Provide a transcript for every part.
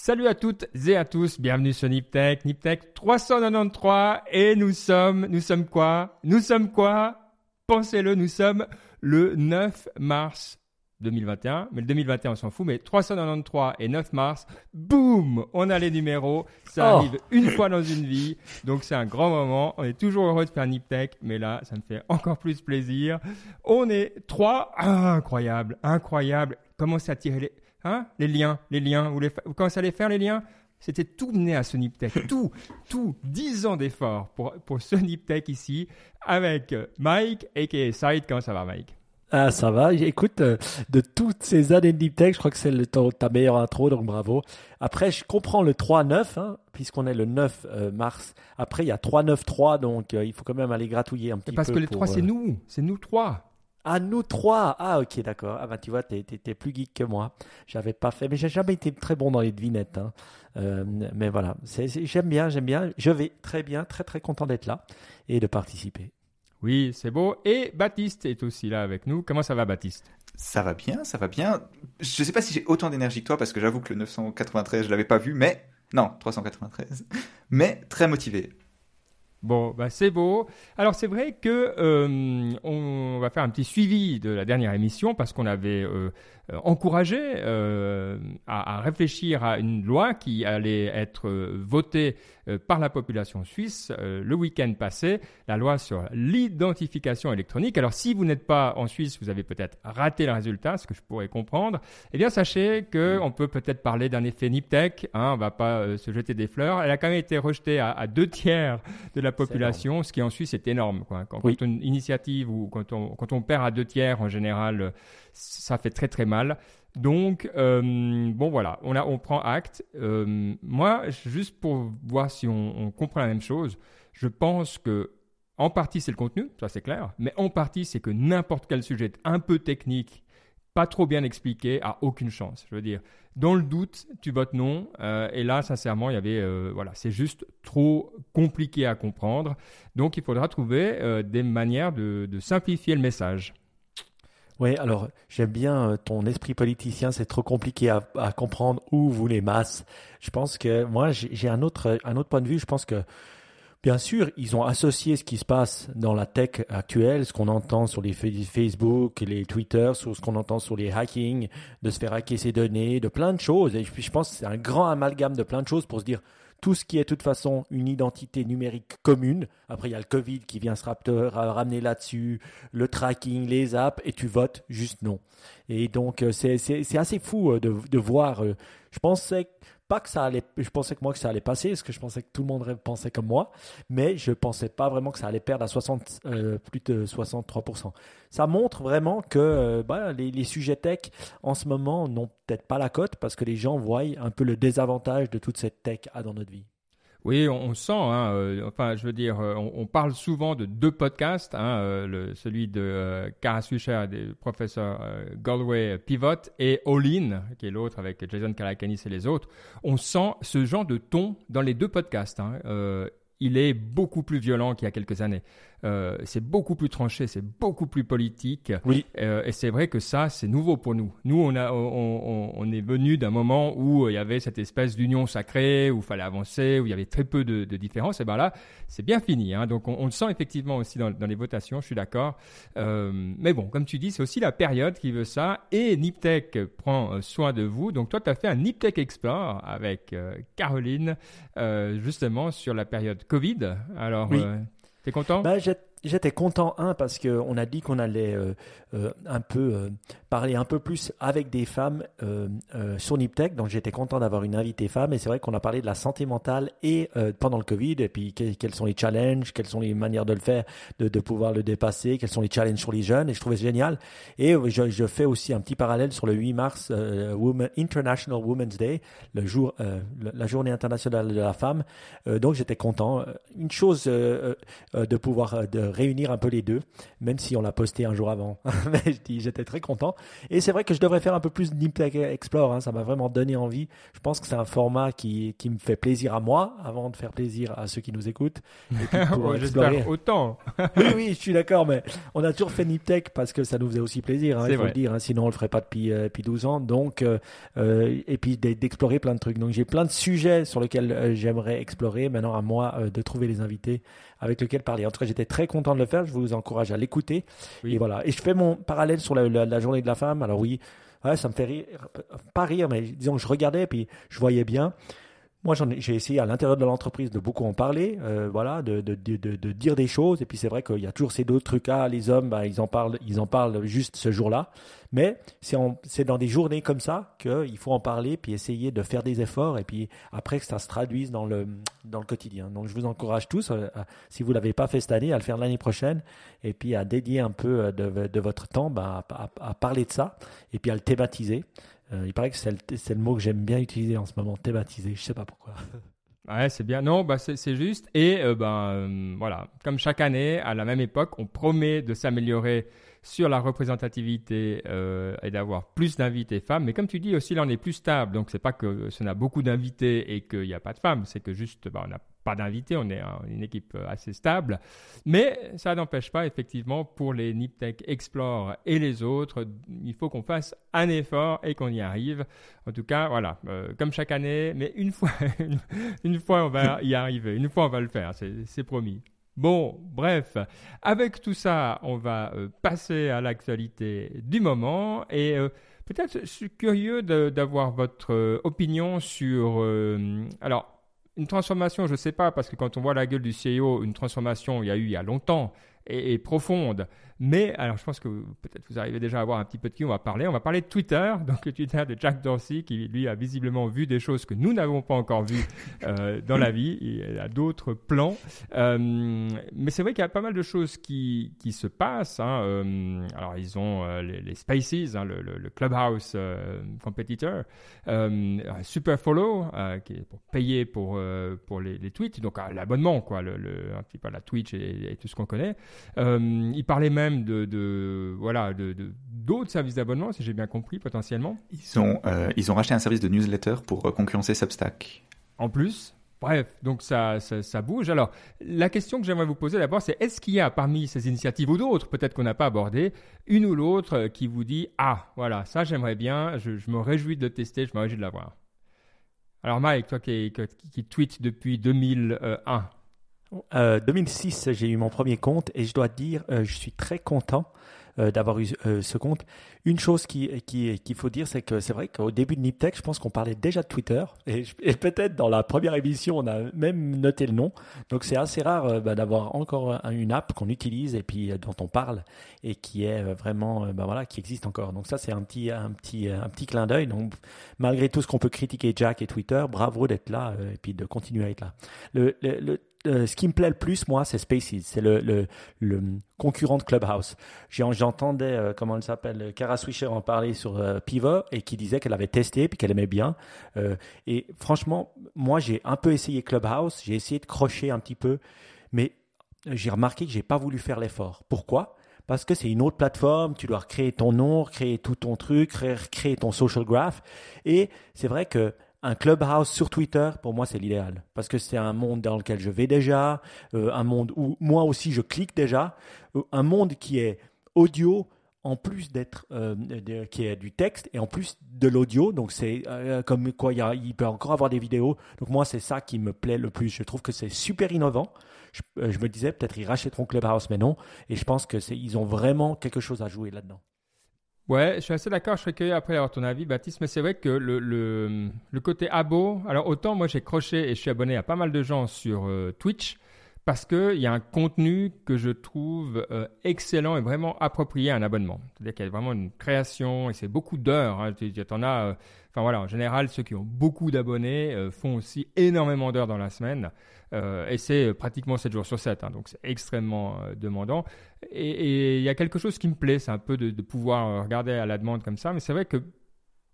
Salut à toutes et à tous, bienvenue sur Niptech 393 et nous sommes quoi? Pensez-le, nous sommes le 9 mars 2021, mais le 2021 on s'en fout, mais 393 et 9 mars, boum, on a les numéros, ça arrive une fois dans une vie, donc c'est un grand moment, on est toujours heureux de faire Niptech, mais là ça me fait encore plus plaisir. On est 3, incroyable, comment ça tire les liens, vous commencez à les faire les liens? C'était tout mené à ce Niptech, tout, 10 ans d'efforts pour ce Niptech ici, avec Mike, a.k.a. Side. Comment ça va, Mike? Ah, ça va. Écoute, de toutes ces années de Niptech, je crois que c'est ta meilleure intro, donc bravo. Après, je comprends le 3-9, puisqu'on est le 9 mars. Après, il y a 3-9-3, donc il faut quand même aller gratouiller un petit peu. Parce que les 3, c'est nous 3. Ah, nous 3. Ah, ok, d'accord. Ah, bah, tu vois, t'es plus geek que moi. J'avais pas fait, mais j'ai jamais été très bon dans les devinettes. Mais voilà, j'aime bien. Je vais très bien, très content d'être là et de participer. Oui, c'est beau. Et Baptiste est aussi là avec nous. Comment ça va, Baptiste? Ça va bien. Je sais pas si j'ai autant d'énergie que toi, parce que j'avoue que le 993, je l'avais pas vu, mais... Non, 393. Mais très motivé. Bon, c'est beau. Alors, c'est vrai que on va faire un petit suivi de la dernière émission parce qu'on avait encouragé à réfléchir à une loi qui allait être votée par la population suisse le week-end passé, la loi sur l'identification électronique. Alors, si vous n'êtes pas en Suisse, vous avez peut-être raté le résultat, ce que je pourrais comprendre. Eh bien, sachez qu'on peut peut-être parler d'un effet Niptech. On ne va pas se jeter des fleurs. Elle a quand même été rejetée à 2/3 de la population, ce qui en Suisse est énorme, quoi. Quand une initiative ou quand on perd à 2/3, en général, ça fait très mal. Donc, bon voilà, on prend acte. Moi, juste pour voir si on comprend la même chose, je pense que en partie c'est le contenu, ça c'est clair, mais en partie c'est que n'importe quel sujet un peu technique, pas trop bien expliqué, a aucune chance. Je veux dire, dans le doute, tu votes non. Et là, sincèrement, il y avait, c'est juste trop compliqué à comprendre. Donc, il faudra trouver des manières de simplifier le message. Oui, alors j'aime bien ton esprit politicien, c'est trop compliqué à comprendre où vous les masses. Je pense que moi j'ai un autre point de vue, je pense que bien sûr, ils ont associé ce qui se passe dans la tech actuelle, ce qu'on entend sur les Facebook, les Twitter, sur ce qu'on entend sur les hackings, de se faire hacker ses données, de plein de choses. Et puis je pense que c'est un grand amalgame de plein de choses pour se dire tout ce qui est de toute façon une identité numérique commune. Après, il y a le Covid qui vient se ramener là-dessus, le tracking, les apps, et tu votes juste non. Et donc, c'est assez fou de voir. Je pensais que ça allait passer, parce que je pensais que tout le monde pensait comme moi, mais je pensais pas vraiment que ça allait perdre à plus de 63%. Ça montre vraiment que les sujets tech en ce moment n'ont peut-être pas la cote parce que les gens voient un peu le désavantage de toute cette tech dans notre vie. Oui, on sent, on parle souvent de 2 podcasts, celui de Kara Swisher et du professeur Galway Pivot et All In, qui est l'autre avec Jason Calacanis et les autres. On sent ce genre de ton dans les 2 podcasts. Il est beaucoup plus violent qu'il y a quelques années. C'est beaucoup plus tranché, c'est beaucoup plus politique. Oui. Et c'est vrai que ça, c'est nouveau pour nous. Nous, on est venu d'un moment où il y avait cette espèce d'union sacrée, où il fallait avancer, où il y avait très peu de différences. Et bien là, c'est bien fini. Donc, on le sent effectivement aussi dans les votations, je suis d'accord. Mais bon, comme tu dis, c'est aussi la période qui veut ça. Et Niptech prend soin de vous. Donc, toi, tu as fait un Niptech Explore avec Caroline, justement, sur la période Covid. Alors, oui. T'es content? J'étais content, parce qu'on a dit qu'on allait parler un peu plus avec des femmes sur Niptech, donc j'étais content d'avoir une invitée femme, et c'est vrai qu'on a parlé de la santé mentale et pendant le Covid, et puis quels sont les challenges, quelles sont les manières de le faire, de pouvoir le dépasser, quels sont les challenges sur les jeunes, et je trouvais ça génial. Et je fais aussi un petit parallèle sur le 8 mars, International Women's Day, la journée internationale de la femme, donc j'étais content. Une chose de pouvoir réunir un peu les deux, même si on l'a posté un jour avant. Mais j'étais très content. Et c'est vrai que je devrais faire un peu plus de Niptech Explore, hein. Ça m'a vraiment donné envie. Je pense que c'est un format qui me fait plaisir à moi, avant de faire plaisir à ceux qui nous écoutent. Et puis pour explorer. J'espère autant. Oui, je suis d'accord, mais on a toujours fait Niptech parce que ça nous faisait aussi plaisir, hein, il faut le dire, hein, sinon on le ferait pas depuis 12 ans. Donc, et puis d'explorer plein de trucs. Donc j'ai plein de sujets sur lesquels j'aimerais explorer. Maintenant à moi de trouver les invités avec lesquels parler. En tout cas, j'étais très content de le faire. Je vous encourage à l'écouter. Oui. Et voilà. Et je fais mon parallèle sur la journée de la femme. Alors oui, ouais, ça me fait rire, pas rire, mais disons que je regardais et puis je voyais bien. Moi, j'ai essayé à l'intérieur de l'entreprise de beaucoup en parler, voilà, de dire des choses. Et puis c'est vrai qu'il y a toujours ces deux trucs-là. Les hommes, ils en parlent juste ce jour-là. Mais c'est dans des journées comme ça qu'il faut en parler, puis essayer de faire des efforts, et puis après que ça se traduise dans le quotidien. Donc je vous encourage tous, si vous l'avez pas fait cette année, à le faire l'année prochaine, et puis à dédier un peu de votre temps à parler de ça, et puis à le thématiser. Il paraît que c'est le mot que j'aime bien utiliser en ce moment, thématiser. Je sais pas pourquoi. Ouais, c'est bien. Non, c'est juste. Et voilà, comme chaque année, à la même époque, on promet de s'améliorer sur la représentativité et d'avoir plus d'invités femmes. Mais comme tu dis aussi, là, on est plus stable. Donc, c'est pas que on a beaucoup d'invités et qu'il n'y a pas de femmes. C'est que juste, on n'a pas d'invités. On est une équipe assez stable. Mais ça n'empêche pas, effectivement, pour les Niptech Explore et les autres, il faut qu'on fasse un effort et qu'on y arrive. En tout cas, voilà, comme chaque année. Mais une fois, on va y arriver. Une fois, on va le faire. C'est promis. Bon, bref, avec tout ça, on va passer à l'actualité du moment et peut-être je suis curieux d'avoir votre opinion sur... alors, une transformation, je ne sais pas, parce que quand on voit la gueule du CEO, une transformation, il y a eu il y a longtemps et profonde. Mais, alors je pense que peut-être vous arrivez déjà à voir un petit peu de qui on va parler. On va parler de Twitter, donc le Twitter de Jack Dorsey, qui lui a visiblement vu des choses que nous n'avons pas encore vues dans la vie. Il a d'autres plans. Mais c'est vrai qu'il y a pas mal de choses qui se passent. Hein. Alors ils ont les Spaces, hein, le Clubhouse Competitor, Super Follow, qui est pour payer pour les tweets, donc l'abonnement, quoi, un petit peu la Twitch et tout ce qu'on connaît. Il parlait même d'autres services d'abonnement, si j'ai bien compris, potentiellement. Ils ont racheté un service de newsletter pour concurrencer Substack. En plus, bref, donc ça bouge. Alors, la question que j'aimerais vous poser d'abord, c'est est-ce qu'il y a parmi ces initiatives ou d'autres, peut-être qu'on n'a pas abordé, une ou l'autre qui vous dit « Ah, voilà, ça j'aimerais bien, je me réjouis de le tester, je me réjouis de l'avoir ». Alors Mike, toi qui tweet depuis 2001, 2006, j'ai eu mon premier compte et je dois te dire, je suis très content d'avoir eu ce compte. Une chose qu'il faut dire, c'est que c'est vrai qu'au début de Niptech, je pense qu'on parlait déjà de Twitter et peut-être dans la première émission, on a même noté le nom. Donc c'est assez rare d'avoir encore une app qu'on utilise et puis dont on parle et qui est vraiment, qui existe encore. Donc ça, c'est un petit clin d'œil. Donc malgré tout ce qu'on peut critiquer Jack et Twitter, bravo d'être là et puis de continuer à être là. Ce qui me plaît le plus, moi, c'est Spaces. C'est le concurrent de Clubhouse. J'entendais, comment elle s'appelle, Kara Swisher en parler sur Pivot et qui disait qu'elle avait testé puis qu'elle aimait bien. Et franchement, moi, j'ai un peu essayé Clubhouse. J'ai essayé de crocher un petit peu. Mais j'ai remarqué que j'ai pas voulu faire l'effort. Pourquoi ? Parce que c'est une autre plateforme, tu dois recréer ton nom, recréer tout ton truc, recréer ton social graph. Et c'est vrai que un Clubhouse sur Twitter, pour moi, c'est l'idéal. Parce que c'est un monde dans lequel je vais déjà, un monde où moi aussi je clique déjà, un monde qui est audio en plus d'être qui est du texte et en plus de l'audio. Donc c'est comme quoi il peut encore avoir des vidéos. Donc moi, c'est ça qui me plaît le plus. Je trouve que c'est super innovant. Je me disais peut-être ils rachèteront Clubhouse, mais non. Et je pense que ils ont vraiment quelque chose à jouer là-dedans. Ouais, je suis assez d'accord. Je serais curieux après avoir ton avis, Baptiste. Mais c'est vrai que le côté abo, alors autant moi j'ai croché et je suis abonné à pas mal de gens sur Twitch parce qu'il y a un contenu que je trouve excellent et vraiment approprié à un abonnement. C'est-à-dire qu'il y a vraiment une création et c'est beaucoup d'heures. Hein. T'en as, en général, ceux qui ont beaucoup d'abonnés font aussi énormément d'heures dans la semaine. Et c'est pratiquement 7 jours sur 7, hein, donc c'est extrêmement demandant. Et il y a quelque chose qui me plaît, c'est un peu de pouvoir regarder à la demande comme ça, mais c'est vrai que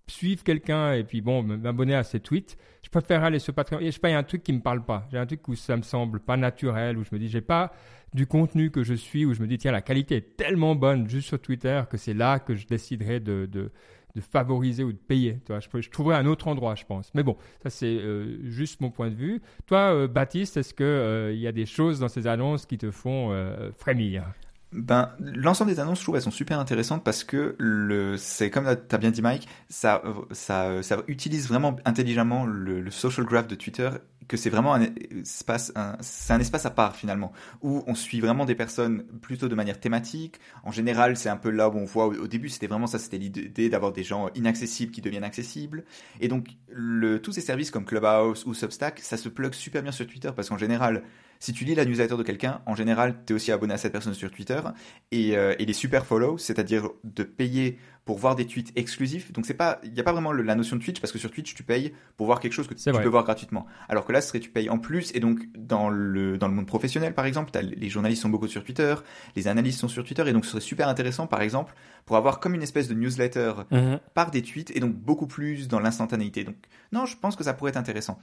suivre quelqu'un et puis m'abonner à ses tweets, je préfère aller sur Patreon. Et je sais pas, il y a un truc qui me parle pas. J'ai un truc où ça me semble pas naturel, où je me dis, j'ai pas du contenu que je suis, où je me dis, tiens, la qualité est tellement bonne juste sur Twitter que c'est là que je déciderai de favoriser ou de payer. Tu vois, je trouverai un autre endroit, je pense. Mais bon, ça c'est juste mon point de vue. Toi, Baptiste, est-ce que y a des choses dans ces annonces qui te font frémir? L'ensemble des annonces, je trouve, elles sont super intéressantes parce que c'est comme tu as bien dit, Mike, ça utilise vraiment intelligemment le social graph de Twitter, que c'est vraiment c'est un espace à part finalement, où on suit vraiment des personnes plutôt de manière thématique. En général, c'est un peu là où on voit au début, c'était vraiment ça, c'était l'idée d'avoir des gens inaccessibles qui deviennent accessibles. Et donc, tous ces services comme Clubhouse ou Substack, ça se plug super bien sur Twitter parce qu'en général, si tu lis la newsletter de quelqu'un, en général, tu es aussi abonné à cette personne sur Twitter. Et les super follow, c'est-à-dire de payer pour voir des tweets exclusifs. Donc, il n'y a pas vraiment la notion de Twitch, parce que sur Twitch, tu payes pour voir quelque chose que tu peux voir gratuitement. Alors que là, tu payes en plus. Et donc, dans le monde professionnel, par exemple, les journalistes sont beaucoup sur Twitter, les analystes sont sur Twitter. Et donc, ce serait super intéressant, par exemple, pour avoir comme une espèce de newsletter par des tweets, et donc beaucoup plus dans l'instantanéité. Donc, non, je pense que ça pourrait être intéressant.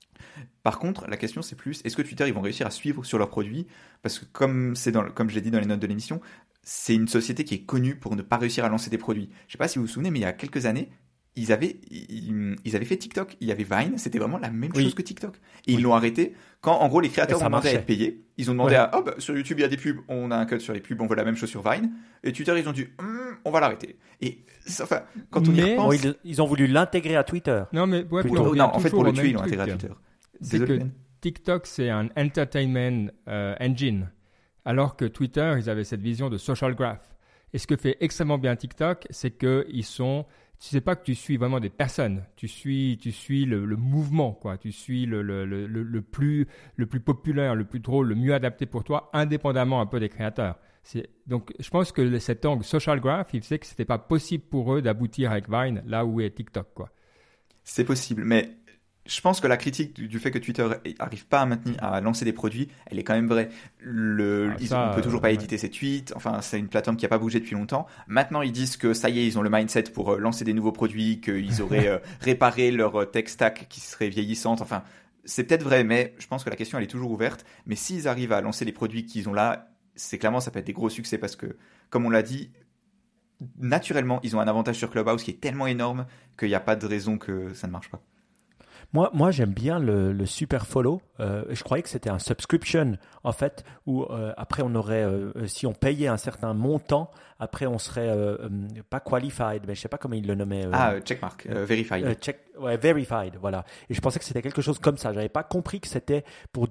Par contre, la question c'est plus, est-ce que Twitter ils vont réussir à suivre sur leurs produits? Parce que comme je l'ai dit dans les notes de l'émission, c'est une société qui est connue pour ne pas réussir à lancer des produits. Je sais pas si vous vous souvenez, mais il y a quelques années, ils avaient fait TikTok. Il y avait Vine, c'était vraiment la même chose que TikTok. Et ils l'ont arrêté quand, en gros, les créateurs ont demandé à être payés. Ils ont demandé sur YouTube il y a des pubs, on a un cut sur les pubs, on veut la même chose sur Vine. Et Twitter ils ont dit, on va l'arrêter. Et enfin, quand on y repense, ils ont voulu l'intégrer à Twitter. Non, mais en fait, pour le tuer, ils l'ont intégré à Twitter. C'est que TikTok, c'est un entertainment engine, alors que Twitter, ils avaient cette vision de social graph. Et ce que fait extrêmement bien TikTok, c'est que tu sais pas que tu suis vraiment des personnes, tu suis le mouvement, quoi. Tu suis le plus populaire, le plus drôle, le mieux adapté pour toi, indépendamment un peu des créateurs. Donc, je pense que cet angle social graph, il faisait que c'était pas possible pour eux d'aboutir avec Vine là où est TikTok, quoi. C'est possible, mais je pense que la critique du fait que Twitter n'arrive pas à lancer des produits, elle est quand même vraie. On peut toujours pas éditer ses tweets. Enfin, c'est une plateforme qui a pas bougé depuis longtemps. Maintenant, ils disent que ça y est, ils ont le mindset pour lancer des nouveaux produits, qu'ils auraient réparé leur tech stack qui serait vieillissante. Enfin, c'est peut-être vrai, mais je pense que la question elle est toujours ouverte. Mais s'ils arrivent à lancer les produits qu'ils ont là, c'est clairement ça peut être des gros succès parce que, comme on l'a dit, naturellement, ils ont un avantage sur Clubhouse qui est tellement énorme qu'il n'y a pas de raison que ça ne marche pas. Moi, j'aime bien le super follow. Je croyais que c'était un subscription, en fait, où après on aurait, si on payait un certain montant, après on serait pas qualified, mais je sais pas comment il le nommait. Checkmark, verified. Verified, voilà. Et je pensais que c'était quelque chose comme ça. J'avais pas compris que c'était pour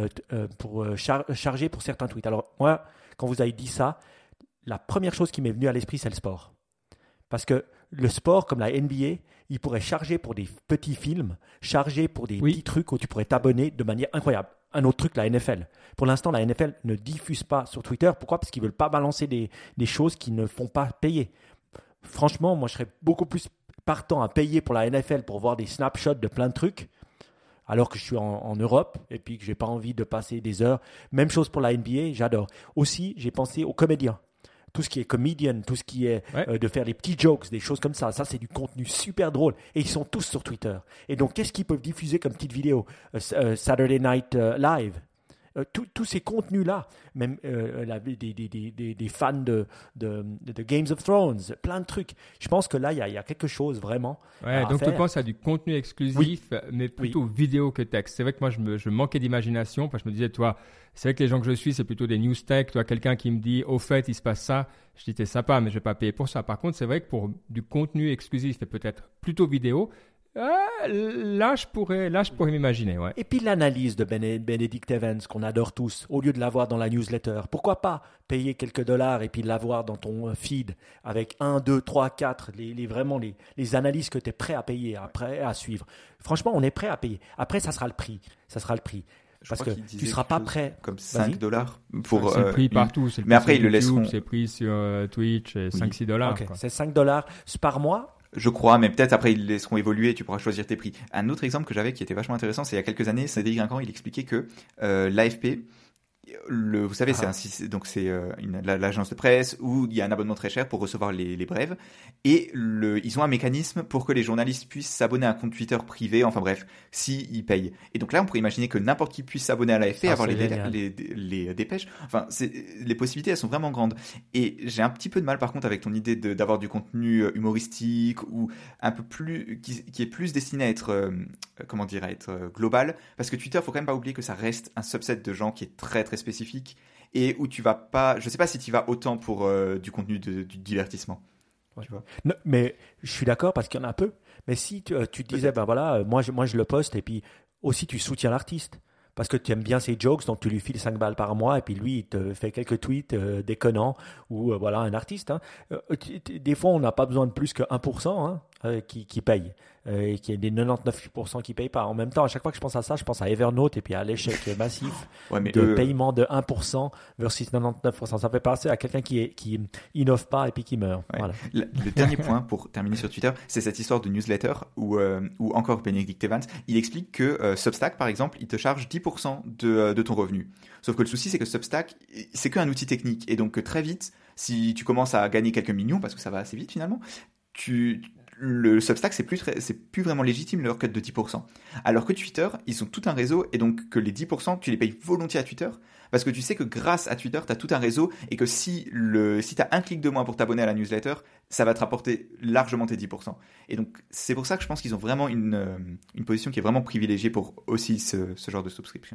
charger pour certains tweets. Alors moi, quand vous avez dit ça, la première chose qui m'est venue à l'esprit, c'est le sport. Parce que le sport, comme la NBA, il pourrait charger pour des petits films, charger pour des petits trucs où tu pourrais t'abonner de manière incroyable. Un autre truc, la NFL. Pour l'instant, la NFL ne diffuse pas sur Twitter. Pourquoi ? Parce qu'ils ne veulent pas balancer des choses qui ne font pas payer. Franchement, moi, je serais beaucoup plus partant à payer pour la NFL pour voir des snapshots de plein de trucs, alors que je suis en Europe et puis que je n'ai pas envie de passer des heures. Même chose pour la NBA, j'adore. Aussi, j'ai pensé aux comédiens. Tout ce qui est comedian, tout ce qui est de faire des petits jokes, des choses comme ça. Ça, c'est du contenu super drôle. Et ils sont tous sur Twitter. Et donc, qu'est-ce qu'ils peuvent diffuser comme petite vidéo Saturday Night Live. Tous ces contenus-là, même des fans de Games of Thrones, plein de trucs. Je pense que là, il y a quelque chose vraiment à donc faire. tu penses à du contenu exclusif, mais plutôt vidéo que texte. C'est vrai que moi, je manquais d'imagination, parce que je me disais, toi, c'est vrai que les gens que je suis, c'est plutôt des news tech. Toi, quelqu'un qui me dit, au fait, il se passe ça, je dis, t'es sympa, mais je vais pas payer pour ça. Par contre, c'est vrai que pour du contenu exclusif et peut-être plutôt vidéo, là, je pourrais m'imaginer. Ouais. Et puis l'analyse de Benedict Evans, qu'on adore tous, au lieu de l'avoir dans la newsletter, pourquoi pas payer quelques dollars et puis l'avoir dans ton feed avec 1, 2, 3, 4, les analyses que tu es prêt à payer, prêt à suivre. Franchement, on est prêt à payer. Après, ça sera le prix. Parce que tu ne seras pas prêt. Comme $5 pour. C'est le prix partout. C'est le mais après, ils le YouTube, laisseront. C'est le prix sur Twitch, et $5-6. Okay. C'est $5 par mois. Je crois, mais peut-être après ils laisseront évoluer et tu pourras choisir tes prix. Un autre exemple que j'avais qui était vachement intéressant, c'est il y a quelques années, Cédric Guingamp, il expliquait que l'AFP vous savez, c'est l'agence de presse où il y a un abonnement très cher pour recevoir les brèves. Et ils ont un mécanisme pour que les journalistes puissent s'abonner à un compte Twitter privé. Enfin bref, s'ils payent. Et donc là, on pourrait imaginer que n'importe qui puisse s'abonner à l'AFP, avoir les dépêches. Enfin, les possibilités, elles sont vraiment grandes. Et j'ai un petit peu de mal, par contre, avec ton idée d'avoir du contenu humoristique ou un peu plus qui est plus destiné à être global. Parce que Twitter, faut quand même pas oublier que ça reste un subset de gens qui est très très spécifique et où tu vas pas, je sais pas si tu vas autant pour du contenu du divertissement. Ouais. Tu vois. Non, mais je suis d'accord parce qu'il y en a peu. Mais si tu disais, ben voilà, moi je le poste et puis aussi tu soutiens l'artiste. Parce que tu aimes bien ses jokes, donc tu lui files 5 balles par mois et puis lui, il te fait quelques tweets déconnants ou voilà, un artiste. Hein. Des fois, on n'a pas besoin de plus que 1% qui paye. Et qu'il y a des 99% qui ne payent pas. En même temps, à chaque fois que je pense à ça, je pense à Evernote et puis à l'échec massif de paiement de 1% versus 99%. Ça fait penser à quelqu'un qui innove pas et puis qui meurt. Ouais. Voilà. Le dernier point pour terminer sur Twitter, c'est cette histoire de newsletter où encore Benedict Evans, il explique que Substack, par exemple, il te charge 10% de ton revenu. Sauf que le souci, c'est que Substack, c'est qu'un outil technique. Et donc, très vite, si tu commences à gagner quelques millions, parce que ça va assez vite finalement, le Substack, c'est plus vraiment légitime leur cut de 10%. Alors que Twitter, ils ont tout un réseau et donc que les 10%, tu les payes volontiers à Twitter parce que tu sais que grâce à Twitter, tu as tout un réseau et que si tu as un clic de moins pour t'abonner à la newsletter, ça va te rapporter largement tes 10%. Et donc, c'est pour ça que je pense qu'ils ont vraiment une position qui est vraiment privilégiée pour aussi ce genre de subscription.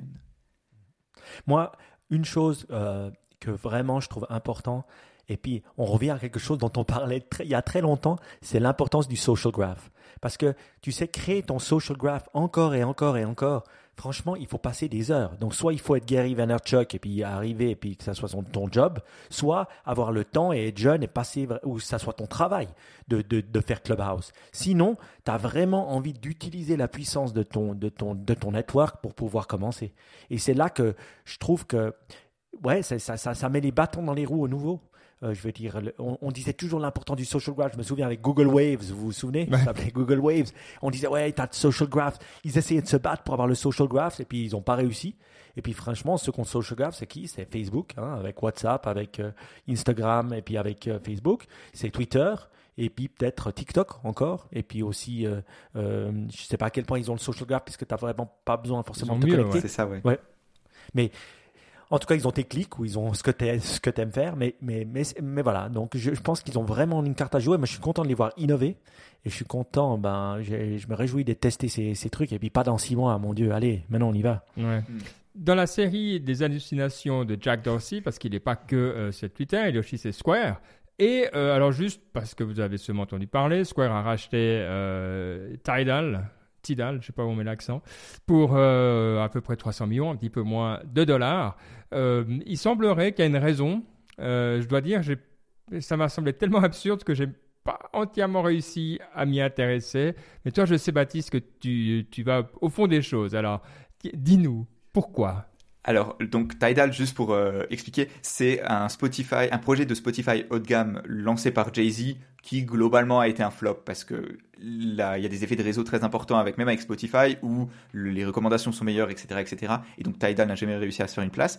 Moi, une chose que vraiment je trouve important, et puis, on revient à quelque chose dont on parlait il y a très longtemps, c'est l'importance du social graph. Parce que, tu sais, créer ton social graph encore et encore et encore, franchement, il faut passer des heures. Donc, soit il faut être Gary Vaynerchuk et puis arriver et puis que ça soit ton job, soit avoir le temps et être jeune et passer, ou que ça soit ton travail de faire Clubhouse. Sinon, tu as vraiment envie d'utiliser la puissance de ton network pour pouvoir commencer. Et c'est là que je trouve que, ouais, ça met les bâtons dans les roues au nouveau. Je veux dire, on disait toujours l'importance du social graph. Je me souviens avec Google Waves, vous vous souvenez? Ça s'appelait Google Waves. On disait, ouais, t'as le social graph. Ils essayaient de se battre pour avoir le social graph et puis ils n'ont pas réussi. Et puis franchement, ceux qui ont le social graph, c'est qui? C'est Facebook, avec WhatsApp, avec Instagram et puis avec Facebook. C'est Twitter. Et puis peut-être TikTok encore. Et puis aussi, je ne sais pas à quel point ils ont le social graph puisque tu n'as vraiment pas besoin forcément de te connecter. Ouais, c'est ça, ouais. Mais en tout cas, ils ont tes clics ou ils ont ce que tu aimes faire. Mais voilà. Donc, je pense qu'ils ont vraiment une carte à jouer. Mais je suis content de les voir innover. Et je suis content. Je me réjouis de tester ces trucs. Et puis, pas dans 6 mois. Mon Dieu, allez, maintenant, on y va. Ouais. Dans la série des hallucinations de Jack Dorsey, parce qu'il n'est pas que sur Twitter, il est aussi sur Square. Et alors, juste parce que vous avez sûrement entendu parler, Square a racheté Tidal, je ne sais pas où on met l'accent, pour à peu près 300 millions, un petit peu moins de dollars. Il semblerait qu'il y a une raison. Je dois dire, ça m'a semblé tellement absurde que je n'ai pas entièrement réussi à m'y intéresser. Mais toi, je sais, Baptiste, que tu vas au fond des choses. Alors, dis-nous, pourquoi ? Alors, donc Tidal, juste pour expliquer, c'est un projet de Spotify haut de gamme lancé par Jay-Z qui globalement a été un flop parce que là, il y a des effets de réseau très importants même avec Spotify où les recommandations sont meilleures, etc., etc. Et donc Tidal n'a jamais réussi à se faire une place.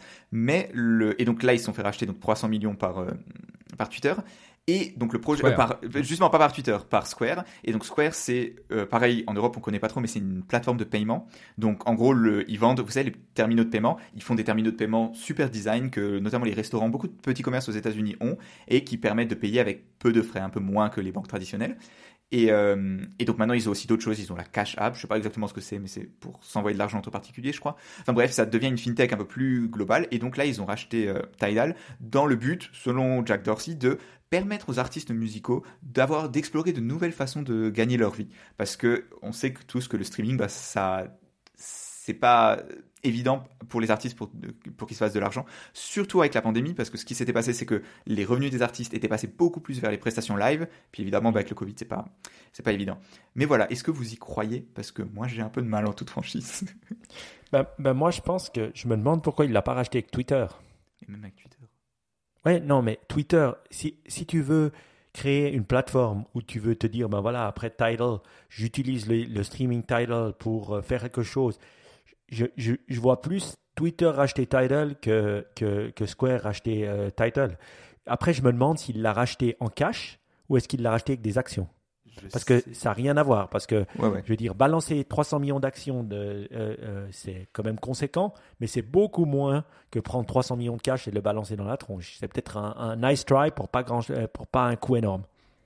Et donc là, ils se sont fait racheter donc 300 millions par Twitter. Et donc le projet, justement pas par Twitter, par Square. Et donc Square, c'est pareil, en Europe on connaît pas trop, mais c'est une plateforme de paiement. Donc en gros, ils vendent, vous savez, les terminaux de paiement. Ils font des terminaux de paiement super design que notamment les restaurants, beaucoup de petits commerces aux États-Unis ont et qui permettent de payer avec peu de frais, un peu moins que les banques traditionnelles. Et donc maintenant ils ont aussi d'autres choses, ils ont la Cash App, je sais pas exactement ce que c'est, mais c'est pour s'envoyer de l'argent entre particuliers, je crois. Enfin bref, ça devient une fintech un peu plus globale, et donc là ils ont racheté Tidal dans le but, selon Jack Dorsey, de permettre aux artistes musicaux d'explorer de nouvelles façons de gagner leur vie, parce que on sait que tous que le streaming, c'est pas évident pour les artistes pour qu'ils se fassent de l'argent, surtout avec la pandémie, parce que ce qui s'était passé, c'est que les revenus des artistes étaient passés beaucoup plus vers les prestations live, puis évidemment avec le Covid, c'est pas évident. Mais voilà, est-ce que vous y croyez? Parce que moi j'ai un peu de mal en toute franchise. Moi je pense que je me demande pourquoi il l'a pas racheté avec Twitter. Et même avec Twitter. Ouais, non, mais Twitter, si tu veux créer une plateforme où tu veux te dire, après Tidal, j'utilise le streaming Tidal pour faire quelque chose. je vois plus Twitter racheter Tidal que Square racheter Tidal. Après, je me demande s'il l'a racheté en cash ou est-ce qu'il l'a racheté avec des actions. Parce que ça n'a rien à voir. Parce que, je veux dire, balancer 300 millions d'actions, c'est quand même conséquent, mais c'est beaucoup moins que prendre 300 millions de cash et le balancer dans la tronche. C'est peut-être un nice try pour pas un coût énorme.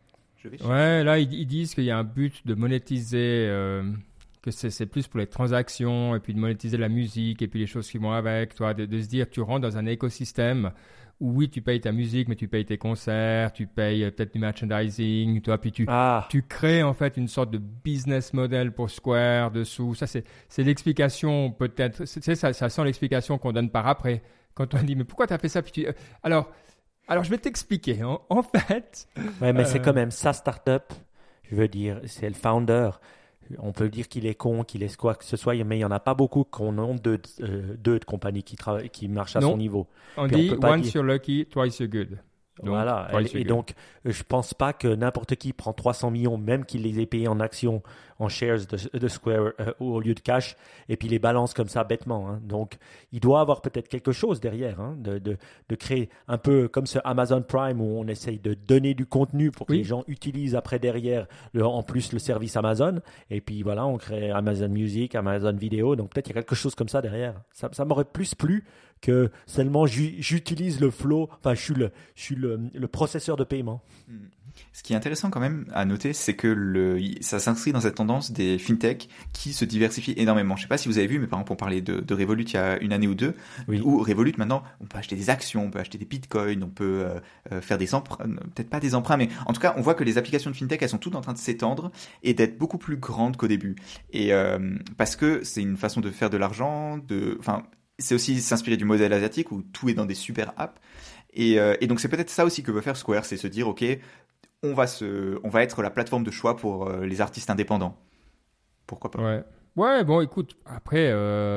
Ouais, là, ils disent qu'il y a un but de monétiser, que c'est plus pour les transactions, et puis de monétiser la musique, et puis les choses qui vont avec, toi, de se dire, tu rentres dans un écosystème où oui, tu payes ta musique, mais tu payes tes concerts, tu payes peut-être du merchandising, toi, puis tu crées en fait une sorte de business model pour Square dessous. Ça, c'est l'explication peut-être, ça sent l'explication qu'on donne par après, quand on dit, mais pourquoi tu as fait ça? Puis alors, je vais t'expliquer. En fait. Ouais, mais c'est quand même sa startup. Je veux dire, c'est le founder. On peut dire qu'il est con, qu'il est quoi que ce soit, mais il n'y en a pas beaucoup qu'on a deux de compagnies qui marchent à son niveau. On dit once you're lucky, twice you're good. Donc, voilà, et donc je pense pas que n'importe qui prend 300 millions, même qu'il les ait payés en actions, en shares de Square au lieu de cash, et puis les balance comme ça bêtement. Hein. Donc il doit avoir peut-être quelque chose derrière, hein, de créer un peu comme ce Amazon Prime où on essaye de donner du contenu pour que les gens utilisent après derrière en plus le service Amazon, et puis voilà, on crée Amazon Music, Amazon Vidéo, donc peut-être il y a quelque chose comme ça derrière. Ça m'aurait plus plu que seulement j'utilise le flow, enfin je suis le processeur de paiement. Ce qui est intéressant quand même à noter, c'est que ça s'inscrit dans cette tendance des fintech qui se diversifient énormément. Je ne sais pas si vous avez vu, mais par exemple on parlait de Revolut il y a une année ou deux, où Revolut maintenant on peut acheter des actions, on peut acheter des bitcoins, on peut faire des emprunts, peut-être pas des emprunts, mais en tout cas on voit que les applications de fintech elles sont toutes en train de s'étendre et d'être beaucoup plus grandes qu'au début. Et parce que c'est une façon de faire de l'argent, c'est aussi s'inspirer du modèle asiatique où tout est dans des super apps. Et donc c'est peut-être ça aussi que veut faire Square, c'est se dire ok, on va être la plateforme de choix pour les artistes indépendants. Pourquoi pas. Ouais, bon, écoute, après,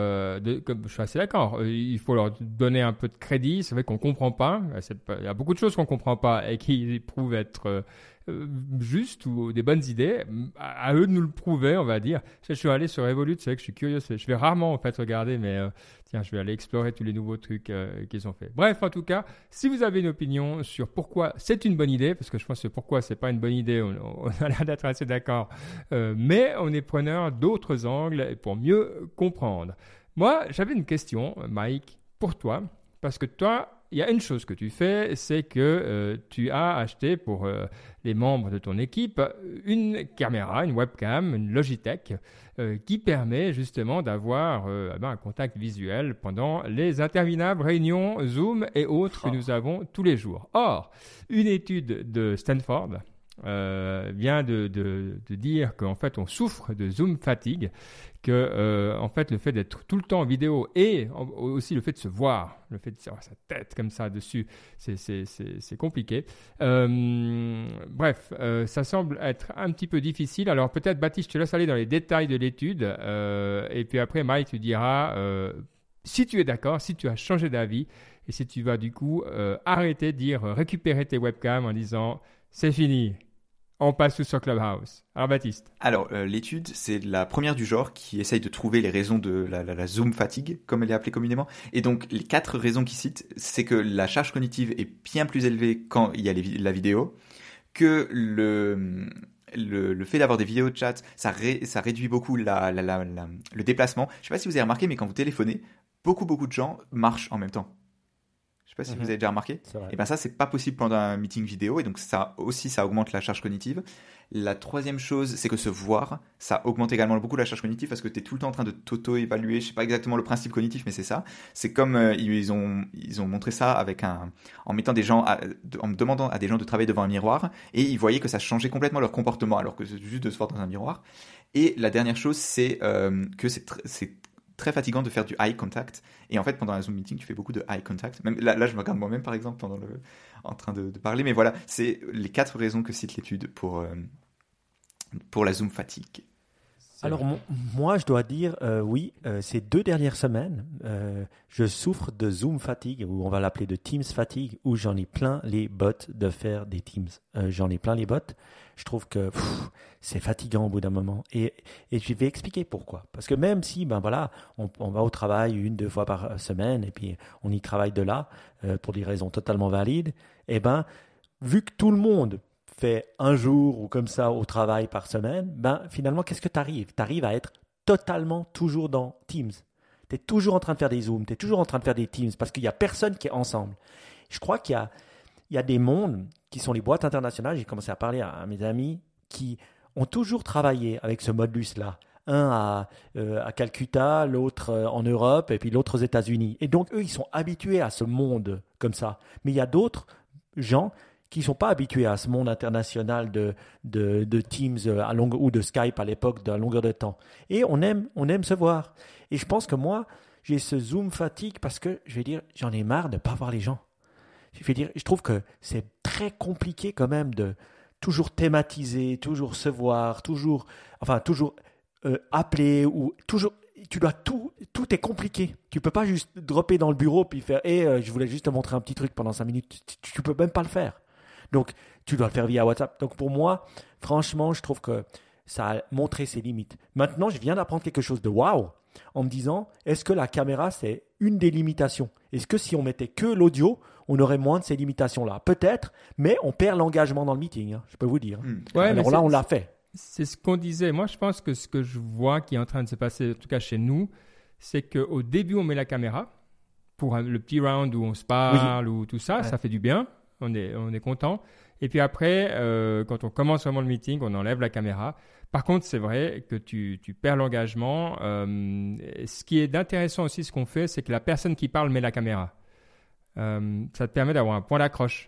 je suis assez d'accord. Il faut leur donner un peu de crédit. C'est vrai qu'on comprend pas. Il y a beaucoup de choses qu'on comprend pas et qui prouvent être justes ou des bonnes idées. À eux de nous le prouver, on va dire. Je suis allé sur Revolut, c'est vrai que je suis curieux. Je vais rarement en fait regarder, mais tiens, je vais aller explorer tous les nouveaux trucs qu'ils ont fait. Bref, en tout cas, si vous avez une opinion sur pourquoi c'est une bonne idée, parce que je pense que pourquoi c'est pas une bonne idée, on a l'air d'être assez d'accord, mais on est preneur d'autres angles pour mieux comprendre. Moi, j'avais une question, Mike, pour toi, parce que toi, il y a une chose que tu fais, c'est que tu as acheté pour les membres de ton équipe une caméra, une webcam, une Logitech qui permet justement d'avoir un contact visuel pendant les interminables réunions Zoom et autres que nous avons tous les jours. Or, une étude de Stanford vient de dire qu'en fait on souffre de Zoom fatigue, que en fait le fait d'être tout le temps en vidéo et aussi le fait de se voir, le fait de avoir sa tête comme ça dessus, c'est compliqué. Bref, ça semble être un petit peu difficile. Alors peut-être Baptiste, je te laisse aller dans les détails de l'étude et puis après Mike tu diras si tu es d'accord, si tu as changé d'avis et si tu vas du coup arrêter de dire récupérer tes webcams en disant c'est fini, on passe tout sur Clubhouse. Alors Baptiste. Alors l'étude, c'est la première du genre qui essaye de trouver les raisons de la Zoom fatigue, comme elle est appelée communément. Et donc les 4 raisons qu'ils citent, c'est que la charge cognitive est bien plus élevée quand il y a la vidéo, que le fait d'avoir des vidéos de chat, ça réduit beaucoup le déplacement. Je ne sais pas si vous avez remarqué, mais quand vous téléphonez, beaucoup de gens marchent en même temps. Je ne sais pas si vous avez déjà remarqué. Et bien ça, c'est pas possible pendant un meeting vidéo, et donc ça augmente la charge cognitive. La troisième chose, c'est que se voir, ça augmente également beaucoup la charge cognitive parce que tu es tout le temps en train de t'auto-évaluer. Je sais pas exactement le principe cognitif, mais c'est ça. C'est comme ils ont montré ça en mettant des gens, en demandant à des gens de travailler devant un miroir, et ils voyaient que ça changeait complètement leur comportement, alors que c'est juste de se voir dans un miroir. Et la dernière chose, c'est que c'est très fatigant de faire du eye contact, et en fait pendant un Zoom meeting tu fais beaucoup de eye contact, même là je me regarde moi-même par exemple en train de parler, mais voilà, c'est les 4 raisons que cite l'étude pour la Zoom fatigue. Alors, moi, je dois dire, oui, ces 2 dernières semaines, je souffre de Zoom fatigue, ou on va l'appeler de Teams fatigue, où j'en ai plein les bottes de faire des Teams. J'en ai plein les bottes. Je trouve que c'est fatigant au bout d'un moment. Et je vais expliquer pourquoi. Parce que même si, ben voilà, on va au travail 1-2 fois par semaine, et puis on y travaille de là, pour des raisons totalement valides, eh ben, vu que tout le monde fait un jour ou comme ça au travail par semaine, ben finalement, qu'est-ce que tu arrives? Tu arrives à être totalement toujours dans Teams. Tu es toujours en train de faire des Zooms, tu es toujours en train de faire des Teams parce qu'il n'y a personne qui est ensemble. Je crois qu'il y a des mondes qui sont les boîtes internationales. J'ai commencé à parler à mes amis qui ont toujours travaillé avec ce modus-là. Un à Calcutta, l'autre en Europe et puis l'autre aux États-Unis. Et donc, eux, ils sont habitués à ce monde comme ça. Mais il y a d'autres gens qui ne sont pas habitués à ce monde international de Teams ou de Skype à l'époque à longueur de temps. Et on aime se voir. Et je pense que moi, j'ai ce Zoom fatigue parce que, je vais dire, j'en ai marre de ne pas voir les gens. Je trouve que c'est très compliqué quand même de toujours thématiser, toujours se voir, toujours appeler ou toujours... Tu dois tout est compliqué. Tu peux pas juste dropper dans le bureau puis faire je voulais juste te montrer un petit truc pendant 5 minutes. Tu peux même pas le faire. Donc, tu dois le faire via WhatsApp. Donc, pour moi, franchement, je trouve que ça a montré ses limites. Maintenant, je viens d'apprendre quelque chose de waouh en me disant, est-ce que la caméra, c'est une des limitations? Est-ce que si on mettait que l'audio, on aurait moins de ces limitations-là? Peut-être, mais on perd l'engagement dans le meeting, hein, je peux vous dire. Ouais, alors là, on l'a fait. C'est ce qu'on disait. Moi, je pense que ce que je vois qui est en train de se passer, en tout cas chez nous, c'est qu'au début, on met la caméra pour le petit round où on se parle ou tout ça. Ouais. Ça fait du bien. On est content. Et puis après, quand on commence vraiment le meeting, on enlève la caméra. Par contre, c'est vrai que tu perds l'engagement. Ce qui est intéressant aussi, ce qu'on fait, c'est que la personne qui parle met la caméra. Ça te permet d'avoir un point d'accroche.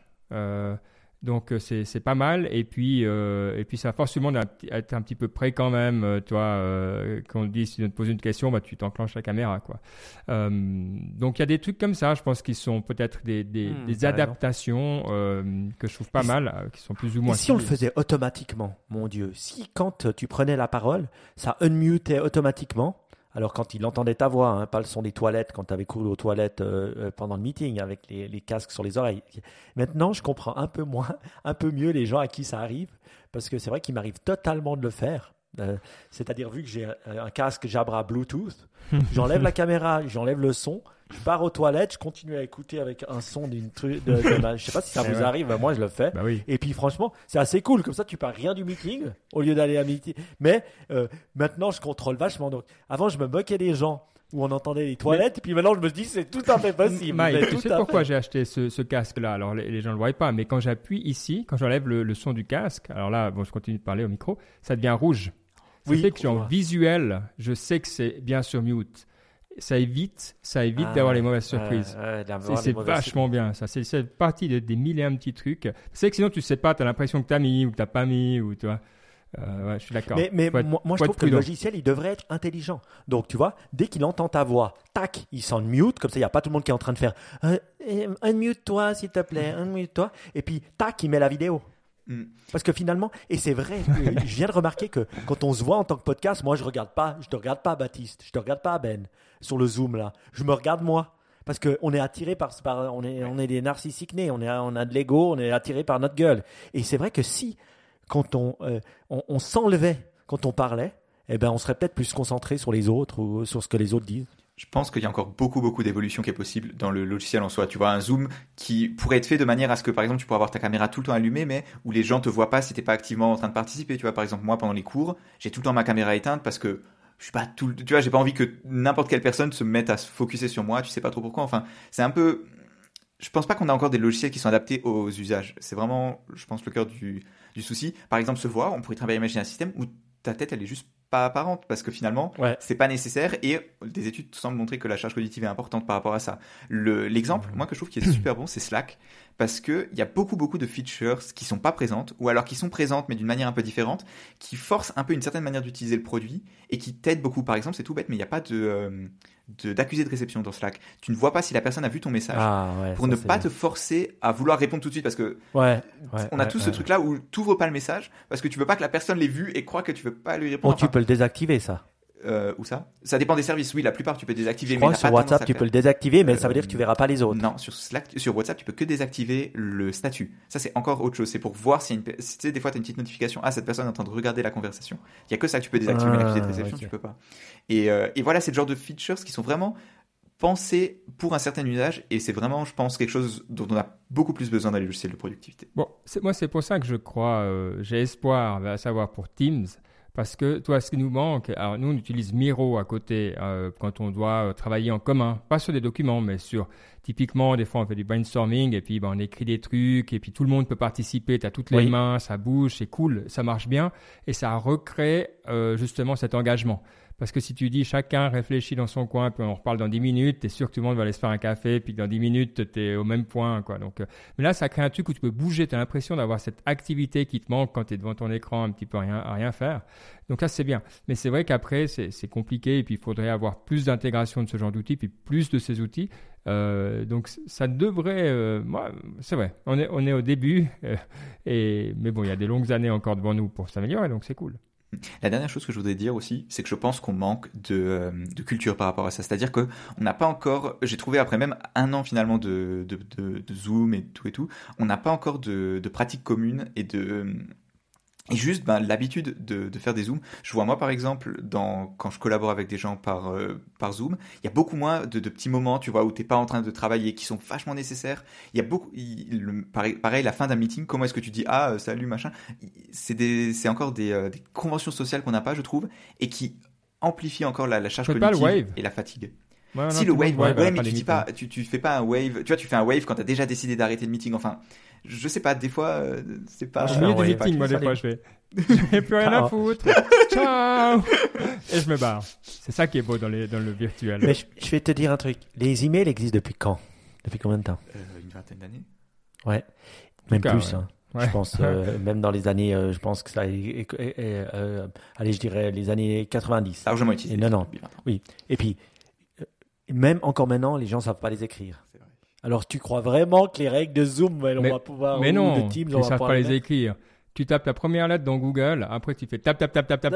Donc, c'est pas mal. Et puis ça force tout le monde à être un petit peu près quand même. Toi, quand on te dit si on te pose une question, bah, tu t'enclenches la caméra, quoi. Donc, il y a des trucs comme ça, je pense, qui sont peut-être des adaptations que je trouve pas mal, qui sont plus ou moins... Et si on le faisait automatiquement, mon Dieu, si quand tu prenais la parole, ça unmutait automatiquement. Alors, quand il entendait ta voix, hein, pas le son des toilettes, quand tu avais couru aux toilettes pendant le meeting avec les casques sur les oreilles. Maintenant, je comprends un peu mieux les gens à qui ça arrive, parce que c'est vrai qu'il m'arrive totalement de le faire. C'est-à-dire, vu que j'ai un casque Jabra Bluetooth, j'enlève la caméra, j'enlève le son, je pars aux toilettes, je continue à écouter avec un son d'une truc. Je sais pas si ça vous arrive, moi je le fais. Bah oui. Et puis franchement, c'est assez cool. Comme ça, tu pars rien du meeting au lieu d'aller à meeting. Mais maintenant, je contrôle vachement. Donc, avant, je me moquais des gens où on entendait les toilettes. Et puis maintenant, je me dis, c'est tout à fait possible. Mike, tu sais pourquoi j'ai acheté ce casque-là? Alors, les gens ne le voient pas, mais quand j'appuie ici, quand j'enlève le son du casque, alors là, bon, je continue de parler au micro, ça devient rouge. Ça fait que en visuel, je sais que c'est bien sur mute. Ça évite d'avoir les mauvaises surprises. C'est vachement bien. Ça, c'est partie des mille et un petits trucs. C'est que sinon, tu sais pas, tu as l'impression que tu as mis ou que tu n'as pas mis. Ou, tu vois. Ouais, je suis d'accord. Mais moi, je trouve que le logiciel, il devrait être intelligent. Donc, tu vois, dès qu'il entend ta voix, tac, il s'en mute. Comme ça, il n'y a pas tout le monde qui est en train de faire unmute-toi, s'il te plaît, unmute-toi. Et puis, tac, il met la vidéo. Parce que finalement, et c'est vrai, je viens de remarquer que quand on se voit en tant que podcast, moi je te regarde pas Baptiste, je te regarde pas Ben sur le Zoom là, je me regarde moi parce que on est attiré par on est des narcissiques nés, on a de l'ego, on est attiré par notre gueule. Et c'est vrai que si quand on s'enlevait quand on parlait, eh ben on serait peut-être plus concentré sur les autres ou sur ce que les autres disent. Je pense qu'il y a encore beaucoup d'évolution qui est possible dans le logiciel en soi. Tu vois, un zoom qui pourrait être fait de manière à ce que, par exemple, tu pourrais avoir ta caméra tout le temps allumée, mais où les gens te voient pas si t'es pas activement en train de participer. Tu vois, par exemple, moi, pendant les cours, j'ai tout le temps ma caméra éteinte parce que je suis pas tu vois, j'ai pas envie que n'importe quelle personne se mette à se focuser sur moi. Tu sais pas trop pourquoi. Enfin, c'est un peu, je pense pas qu'on a encore des logiciels qui sont adaptés aux usages. C'est vraiment, je pense, le cœur du souci. Par exemple, se voir, on pourrait très bien imaginer un système où ta tête, elle est juste pas apparente parce que finalement c'est pas nécessaire et des études semblent montrer que la charge cognitive est importante par rapport à ça. L'exemple moi que je trouve qui est super bon, c'est Slack, parce que il y a beaucoup de features qui sont pas présentes, ou alors qui sont présentes mais d'une manière un peu différente, qui forcent un peu une certaine manière d'utiliser le produit et qui t'aident beaucoup. Par exemple, c'est tout bête, mais il n'y a pas d'accusé de réception dans Slack. Tu ne vois pas si la personne a vu ton message pour ne pas te forcer à vouloir répondre tout de suite, parce que on a tous ce truc là où tu n'ouvres pas le message parce que tu veux pas que la personne l'ait vu et croit que tu veux pas lui répondre. Tu peux le désactiver, ça. Où ça dépend des services. Oui, la plupart tu peux désactiver. Je crois que sur WhatsApp tu peux le désactiver, mais ça veut dire que tu verras pas les autres. Non, sur WhatsApp tu peux que désactiver le statut. Ça c'est encore autre chose. C'est pour voir si tu sais, des fois tu as une petite notification. Ah, cette personne est en train de regarder la conversation. Il y a que ça que tu peux désactiver, mais l'accusé de réception tu peux pas. Et voilà, c'est le genre de features qui sont vraiment pensés pour un certain usage, et c'est vraiment, je pense, quelque chose dont on a beaucoup plus besoin dans les logiciels de productivité. Bon, moi c'est pour ça que je crois, j'ai espoir, à savoir pour Teams. Parce que, toi, ce qui nous manque, alors nous, on utilise Miro à côté quand on doit travailler en commun. Pas sur des documents, mais typiquement, des fois, on fait du brainstorming et puis on écrit des trucs et puis tout le monde peut participer. Tu as toutes les mains, ça bouge, c'est cool, ça marche bien et ça recrée justement cet engagement. Parce que si tu dis chacun réfléchit dans son coin, puis on reparle dans 10 minutes, t'es sûr que tout le monde va aller se faire un café, puis dans 10 minutes, t'es au même point, quoi. Donc, mais là, ça crée un truc où tu peux bouger, t'as l'impression d'avoir cette activité qui te manque quand t'es devant ton écran un petit peu à rien faire. Donc là, c'est bien. Mais c'est vrai qu'après, c'est compliqué, et puis il faudrait avoir plus d'intégration de ce genre d'outils, puis plus de ces outils. Donc ça devrait, c'est vrai, on est au début, mais bon, il y a des longues années encore devant nous pour s'améliorer, donc c'est cool. La dernière chose que je voudrais dire aussi, c'est que je pense qu'on manque de culture par rapport à ça. C'est-à-dire qu'on n'a pas encore, j'ai trouvé après même un an finalement de Zoom et tout, on n'a pas encore de pratique commune et juste l'habitude de faire des zooms. Je vois moi par exemple quand je collabore avec des gens par Zoom, il y a beaucoup moins de petits moments, tu vois, où t'es pas en train de travailler, qui sont vachement nécessaires. Il y a beaucoup, pareil, la fin d'un meeting, comment est-ce que tu dis salut machin. C'est encore des conventions sociales qu'on n'a pas, je trouve, et qui amplifient encore la charge cognitive et la fatigue. Ouais, si le wave, mais tu dis pas, tu fais pas un wave, tu vois, tu fais un wave quand t'as déjà décidé d'arrêter le meeting. Enfin, je sais pas, des fois, c'est pas. Je mets des meetings, moi, des fois, je fais. J'ai plus rien à foutre. Ciao. Et je me barre. C'est ça qui est beau dans le virtuel. Mais je vais te dire un truc. Les emails existent depuis quand? Depuis combien de temps? Une vingtaine d'années. Ouais. Même plus, ouais. Hein. Ouais. Je pense, même dans les années, je pense que ça, allez, je dirais les années 90. Largement utilisé. Et 90. Oui. Et puis, même encore maintenant, les gens ne savent pas les écrire. C'est vrai. Alors, tu crois vraiment que les règles de Zoom, on va pouvoir, mais non, de Teams, ils ne savent pas les écrire. Tu tapes la première lettre dans Google, après tu fais tap,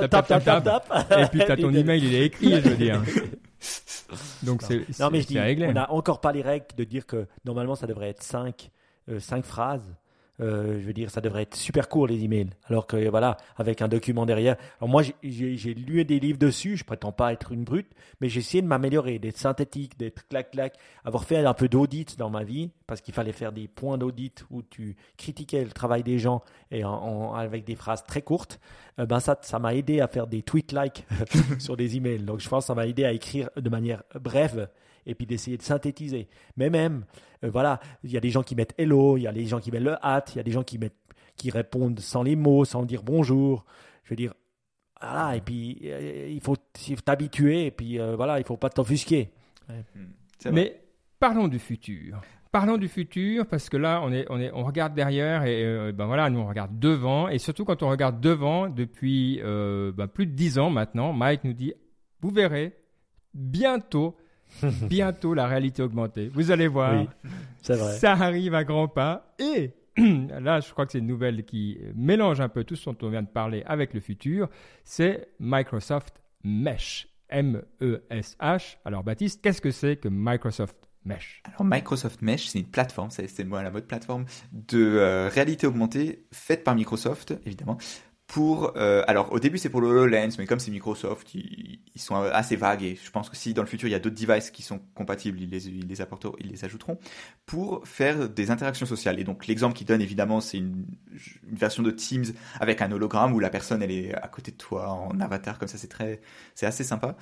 et puis tu as ton email, il est écrit, je veux dire. Donc c'est réglé. On n'a encore pas les règles de dire que normalement ça devrait être 5 phrases. Je veux dire, ça devrait être super court les emails. Alors que voilà, avec un document derrière. Alors moi, j'ai lu des livres dessus. Je prétends pas être une brute, mais j'ai essayé de m'améliorer, d'être synthétique, d'être clac, avoir fait un peu d'audit dans ma vie, parce qu'il fallait faire des points d'audit où tu critiquais le travail des gens et avec des phrases très courtes. Ça m'a aidé à faire des tweets-like sur des emails. Donc je pense que ça m'a aidé à écrire de manière brève. Et puis d'essayer de synthétiser. Mais même, voilà, il y a des gens qui mettent hello, il y a des gens qui mettent le at, il y a des gens qui répondent sans les mots, sans dire bonjour. Je veux dire, voilà, et puis il faut t'habituer, et puis voilà, il ne faut pas t'offusquer. Ouais. Mais parlons du futur. Parlons du futur, parce que là, on regarde derrière et voilà, nous on regarde devant. Et surtout quand on regarde devant, depuis plus de 10 ans maintenant, Mike nous dit, vous verrez, bientôt la réalité augmentée. Vous allez voir, oui, c'est vrai. Ça arrive à grands pas. Et là, je crois que c'est une nouvelle qui mélange un peu tout ce dont on vient de parler avec le futur. C'est Microsoft Mesh. M-E-S-H. Alors Baptiste, qu'est-ce que c'est que Microsoft Mesh? Alors Microsoft Mesh, c'est une plateforme, c'est le mot à la mode, plateforme de réalité augmentée faite par Microsoft, évidemment. Alors au début c'est pour le HoloLens, mais comme c'est Microsoft, ils sont assez vagues, et je pense que si dans le futur il y a d'autres devices qui sont compatibles, ils les ajouteront pour faire des interactions sociales. Et donc l'exemple qu'ils donnent évidemment, c'est une version de Teams avec un hologramme où la personne elle est à côté de toi en avatar comme ça, c'est assez sympa.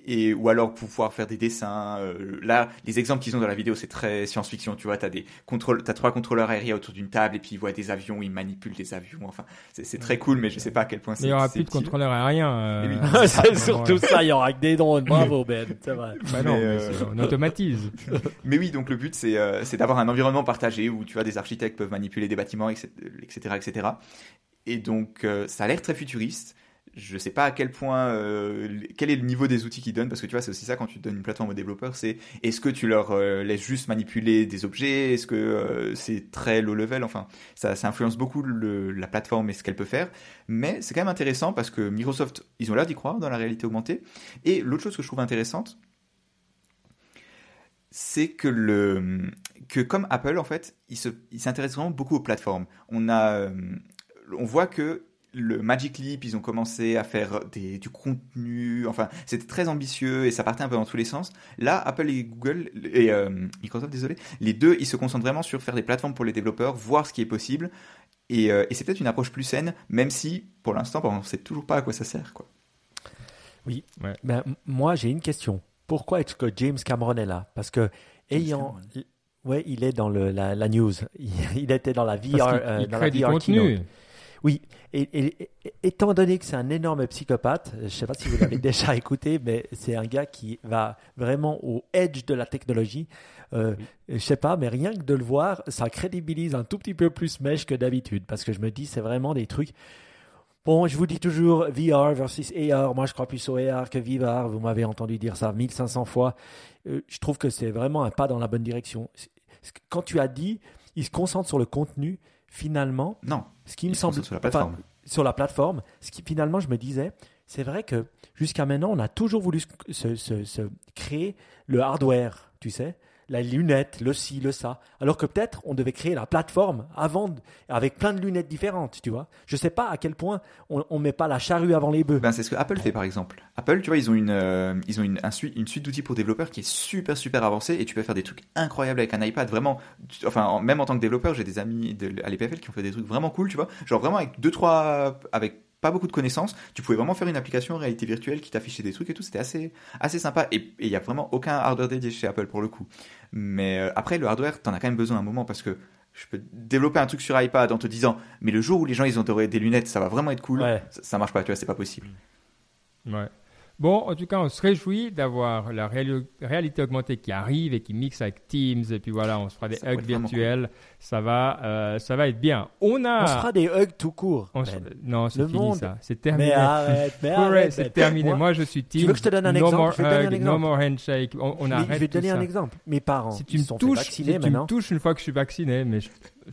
ou alors pouvoir faire des dessins. Là, les exemples qu'ils ont dans la vidéo, c'est très science-fiction. Tu vois, t'as 3 contrôleurs aériens autour d'une table et puis ils voient des avions, ils manipulent des avions. Enfin, c'est très cool, mais je sais pas à quel point Mais il y aura plus de utile. contrôleurs aériens. Oui, C'est surtout ça, il y aura que des drones. Bravo, Ben. C'est vrai. Bah non, mais on automatise. Mais oui, donc le but, c'est d'avoir un environnement partagé où tu vois des architectes peuvent manipuler des bâtiments, etc., etc. Et donc, ça a l'air très futuriste. Je sais pas à quel point, quel est le niveau des outils qu'ils donnent, parce que tu vois, c'est aussi ça quand tu donnes une plateforme aux développeurs, c'est est-ce que tu leur laisses juste manipuler des objets, est-ce que c'est très low level, enfin, ça influence beaucoup la plateforme et ce qu'elle peut faire, mais c'est quand même intéressant parce que Microsoft, ils ont l'air d'y croire dans la réalité augmentée. Et l'autre chose que je trouve intéressante, c'est que comme Apple, en fait, ils s'intéressent vraiment beaucoup aux plateformes. On voit que le Magic Leap, ils ont commencé à faire du contenu, enfin, c'était très ambitieux et ça partait un peu dans tous les sens. Là, Apple et Google, et Microsoft, désolé, les deux, ils se concentrent vraiment sur faire des plateformes pour les développeurs, voir ce qui est possible. Et c'est peut-être une approche plus saine, même si, pour l'instant, on ne sait toujours pas à quoi ça sert, quoi. Oui, Ouais. ben, moi j'ai une question. Pourquoi est-ce que James Cameron est là? Parce que ouais, il est dans la news. Il était dans la VR, Parce qu'il dans crée la du VR contenu. keynote. Oui, et étant donné que c'est un énorme psychopathe, je ne sais pas si vous l'avez déjà écouté, mais c'est un gars qui va vraiment au edge de la technologie. Je ne sais pas, mais rien que de le voir, ça crédibilise un tout petit peu plus Mesh que d'habitude, parce que je me dis, c'est vraiment des trucs. Bon, je vous dis toujours VR versus AR. Moi, je crois plus au AR que VR. Vous m'avez entendu dire ça 1500 fois. Je trouve que c'est vraiment un pas dans la bonne direction. Quand tu as dit, il se concentre sur le contenu, finalement, Non, ce qui me ils se semble concentrent sur la plateforme. sur la plateforme, ce qui finalement, je me disais, c'est vrai que jusqu'à maintenant, on a toujours voulu se créer le hardware, tu sais, la lunette, le ci, le ça, alors que peut-être on devait créer la plateforme avant, avec plein de lunettes différentes, tu vois. Je sais pas à quel point on met pas la charrue avant les bœufs. Ben, c'est ce que Apple fait par exemple. Apple, tu vois, ils ont une suite d'outils pour développeurs qui est super super avancée et tu peux faire des trucs incroyables avec un iPad. Vraiment, même en tant que développeur, j'ai des amis à l'EPFL qui ont fait des trucs vraiment cool, tu vois. Genre vraiment avec avec pas beaucoup de connaissances, tu pouvais vraiment faire une application en réalité virtuelle qui t'affichait des trucs et tout. C'était assez sympa. Et il y a vraiment aucun hardware dédié chez Apple pour le coup. Mais après, le hardware, t'en as quand même besoin à un moment parce que je peux développer un truc sur iPad en te disant, mais le jour où les gens ils ont des lunettes, ça va vraiment être cool. Ouais. Ça marche pas, tu vois, c'est pas possible. Ouais. Bon, en tout cas, on se réjouit d'avoir la réalité augmentée qui arrive et qui mixe avec Teams. Et puis voilà, on se fera des Ça va hugs être vraiment virtuels. Ça va être bien. On On se fera des hugs tout court. Ben. Non, c'est Le fini monde- ça. C'est terminé. Mais arrête, mais Ouais, arrête. c'est Ben. terminé. Moi, je suis Teams. Tu veux que je te donne un no exemple? More Je vais te donner un hug, exemple. no more handshake. On Mais arrête je vais te tout donner ça. un exemple. Mes parents, Si tu ils me se sont fait touches, vacciner si tu maintenant. me touches une fois que je suis vacciné, mais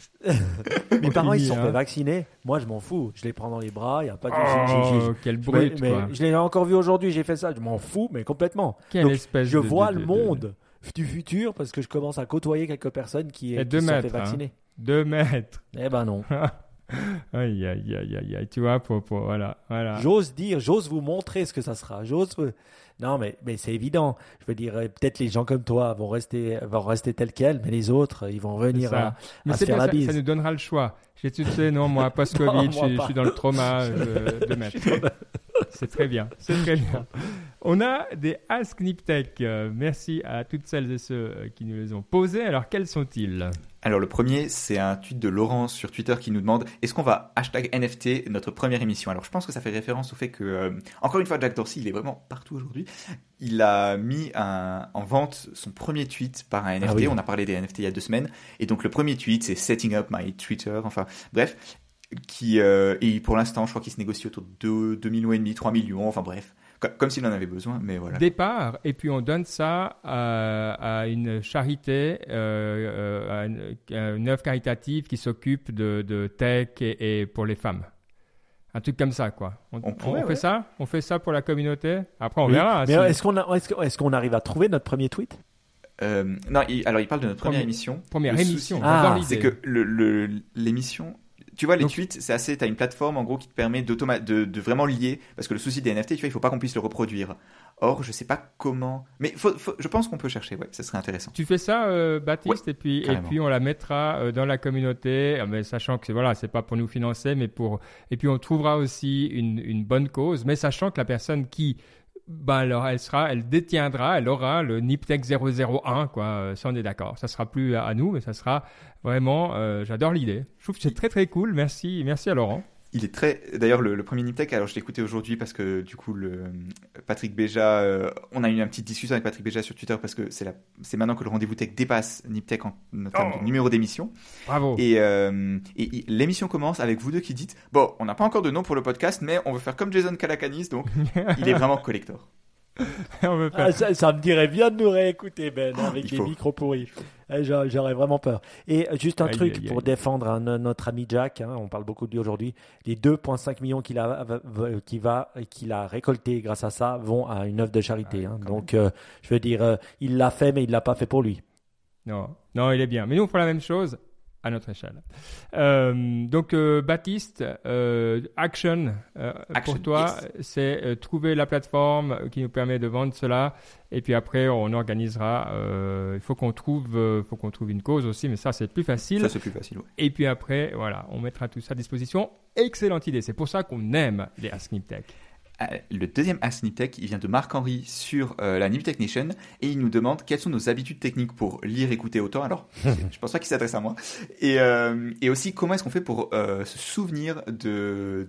Mes parents, ils se sont fini, hein. fait vacciner. Moi, je m'en fous. Je les prends dans les bras. Il y a pas de. Oh, quel brut, mais quoi. je l'ai encore vu aujourd'hui. J'ai fait ça. Je m'en fous, mais complètement. Quelle Donc, espèce je de- vois de- le de- monde du futur parce que je commence à côtoyer quelques personnes qui Et se 2 sont fait mètres, hein. vacciner. 2 mètres. Eh ben non. Aïe, aïe, aïe, aïe, aïe. Tu vois, voilà. J'ose vous montrer ce que ça sera. Non, mais c'est évident. Je veux dire, peut-être les gens comme toi vont rester tels quels, mais les autres, ils vont C'est venir ça. Mais à c'est se faire bien, la ça bise. nous donnera le choix. Tu sais, non, moi, post-Covid, Non, moi je pas. suis dans le trauma de mettre. C'est très bien, c'est très bien. On a des Ask Niptech. Merci à toutes celles et ceux qui nous les ont posés. Alors, quels sont-ils? Alors le premier, c'est un tweet de Laurence sur Twitter qui nous demande est-ce qu'on va hashtag NFT notre première émission. Alors je pense que ça fait référence au fait que, encore une fois, Jack Dorsey, il est vraiment partout aujourd'hui. Il a mis en vente son premier tweet par un NFT. oui. On a parlé des NFT il y a 2 semaines. Et donc le premier tweet, c'est Setting Up My Twitter. Enfin bref, et pour l'instant, je crois qu'il se négocie autour de 2,5 millions, 3 millions. Enfin bref, comme s'il en avait besoin, mais voilà. Départ, et puis on donne ça à une charité, à une œuvre caritative qui s'occupe de tech et pour les femmes. Un truc comme ça, quoi. On pourrait, fait ouais. ça? On fait ça pour la communauté? Après, on Oui. verra. Mais si- est-ce qu'on arrive à trouver notre premier tweet? Non, alors il parle de notre première émission. Première Le émission, souci, j'adore Ah, l'idée. c'est que l'émission, tu vois, les Donc- tweets, c'est assez, t'as une plateforme en gros qui te permet de vraiment lier, parce que le souci des NFT, tu vois, il faut pas qu'on puisse le reproduire. Or, je sais pas comment, mais je pense qu'on peut chercher, ouais, ça serait intéressant. Tu fais ça, Baptiste, Ouais, et carrément. puis on la mettra dans la communauté, mais sachant que c'est pas pour nous financer, et puis on trouvera aussi une bonne cause, mais sachant que la personne qui alors elle détiendra, elle aura le Niptech 001, quoi. Ça, on est d'accord. Ça sera plus à nous, mais ça sera vraiment. J'adore l'idée. Je trouve que c'est très très cool. Merci à Laurent. Il est très. D'ailleurs, le premier Niptech, alors je l'ai écouté aujourd'hui parce que du coup, Patrick Béja, on a eu une petite discussion avec Patrick Béja sur Twitter parce que c'est maintenant que le rendez-vous tech dépasse Niptech en termes de numéro d'émission. Bravo. Et l'émission commence avec vous deux qui dites bon, on n'a pas encore de nom pour le podcast, mais on veut faire comme Jason Calacanis, donc il est vraiment collector. On veut faire... ça me dirait bien de nous réécouter, Ben, avec des micros pourris. J'aurais vraiment peur. Et juste un truc pour défendre notre ami Jack, on parle beaucoup de lui aujourd'hui, les 2,5 millions qu'il a récoltés grâce à ça vont à une œuvre de charité. Donc, je veux dire, il l'a fait, mais il ne l'a pas fait pour lui. Non, il est bien. Mais nous, on fera la même chose à notre échelle. Donc, Baptiste, Action, pour toi, yes. c'est trouver la plateforme qui nous permet de vendre cela. Et puis après, on organisera. Il faut qu'on trouve une cause aussi, mais ça, c'est plus facile. Ça, c'est plus facile, oui. Et puis après, voilà, on mettra tout ça à disposition. Excellente idée. C'est pour ça qu'on aime les Ask Niptech. Le deuxième Ask Niptech, il vient de Marc-Henri sur la Niptech Nation et il nous demande quelles sont nos habitudes techniques pour lire, écouter autant. Alors, je pense pas qu'il s'adresse à moi. Et aussi, comment est-ce qu'on fait pour se souvenir des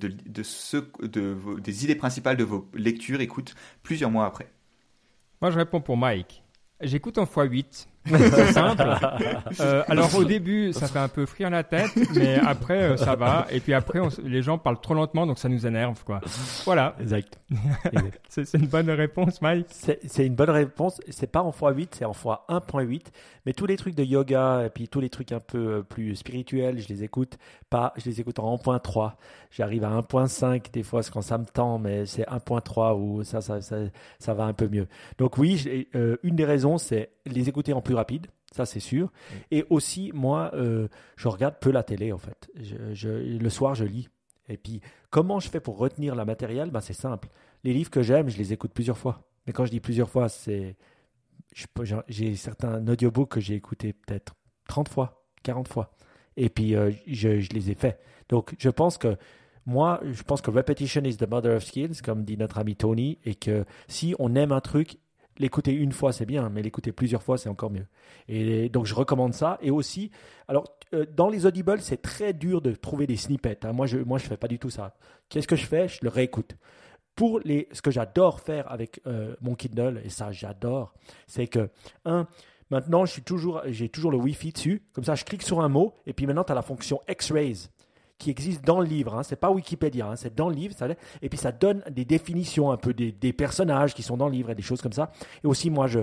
idées principales de vos lectures, écoutes, plusieurs mois après? Moi, je réponds pour Mike. J'écoute en x8. C'est simple. Alors au début, ça fait un peu frire la tête, mais après, ça va. Et puis après, les gens parlent trop lentement, donc ça nous énerve, quoi. Voilà. Exact. C'est une bonne réponse, Mike. C'est une bonne réponse. C'est pas en x8, c'est en x1.8. Mais tous les trucs de yoga et puis tous les trucs un peu plus spirituels, je les écoute en 1.3. J'arrive à 1.5 des fois quand ça me tend, mais c'est 1.3 où ça va un peu mieux. Donc oui, une des raisons, c'est les écouter en plus rapide, ça c'est sûr. Et aussi, moi, je regarde peu la télé en fait. Le soir, je lis. Et puis, comment je fais pour retenir la matériel? C'est simple. Les livres que j'aime, je les écoute plusieurs fois. Mais quand je dis plusieurs fois, j'ai certains audiobooks que j'ai écoutés peut-être 30 fois, 40 fois. Et puis, je les ai faits. Donc, je pense que repetition is the mother of skills, comme dit notre ami Tony, et que si on aime un truc, l'écouter une fois, c'est bien, mais l'écouter plusieurs fois, c'est encore mieux. Et donc, je recommande ça. Et aussi, alors, dans les Audibles, c'est très dur de trouver des snippets. Moi, je fais pas du tout ça. Qu'est-ce que je fais? Je le réécoute. Ce que j'adore faire avec mon Kindle, et ça, j'adore, c'est que, maintenant, j'ai toujours le Wi-Fi dessus. Comme ça, je clique sur un mot, et puis maintenant, tu as la fonction X-Rays qui existe dans le livre, c'est pas Wikipédia, c'est dans le livre, et puis ça donne des définitions un peu des personnages qui sont dans le livre et des choses comme ça. Et aussi moi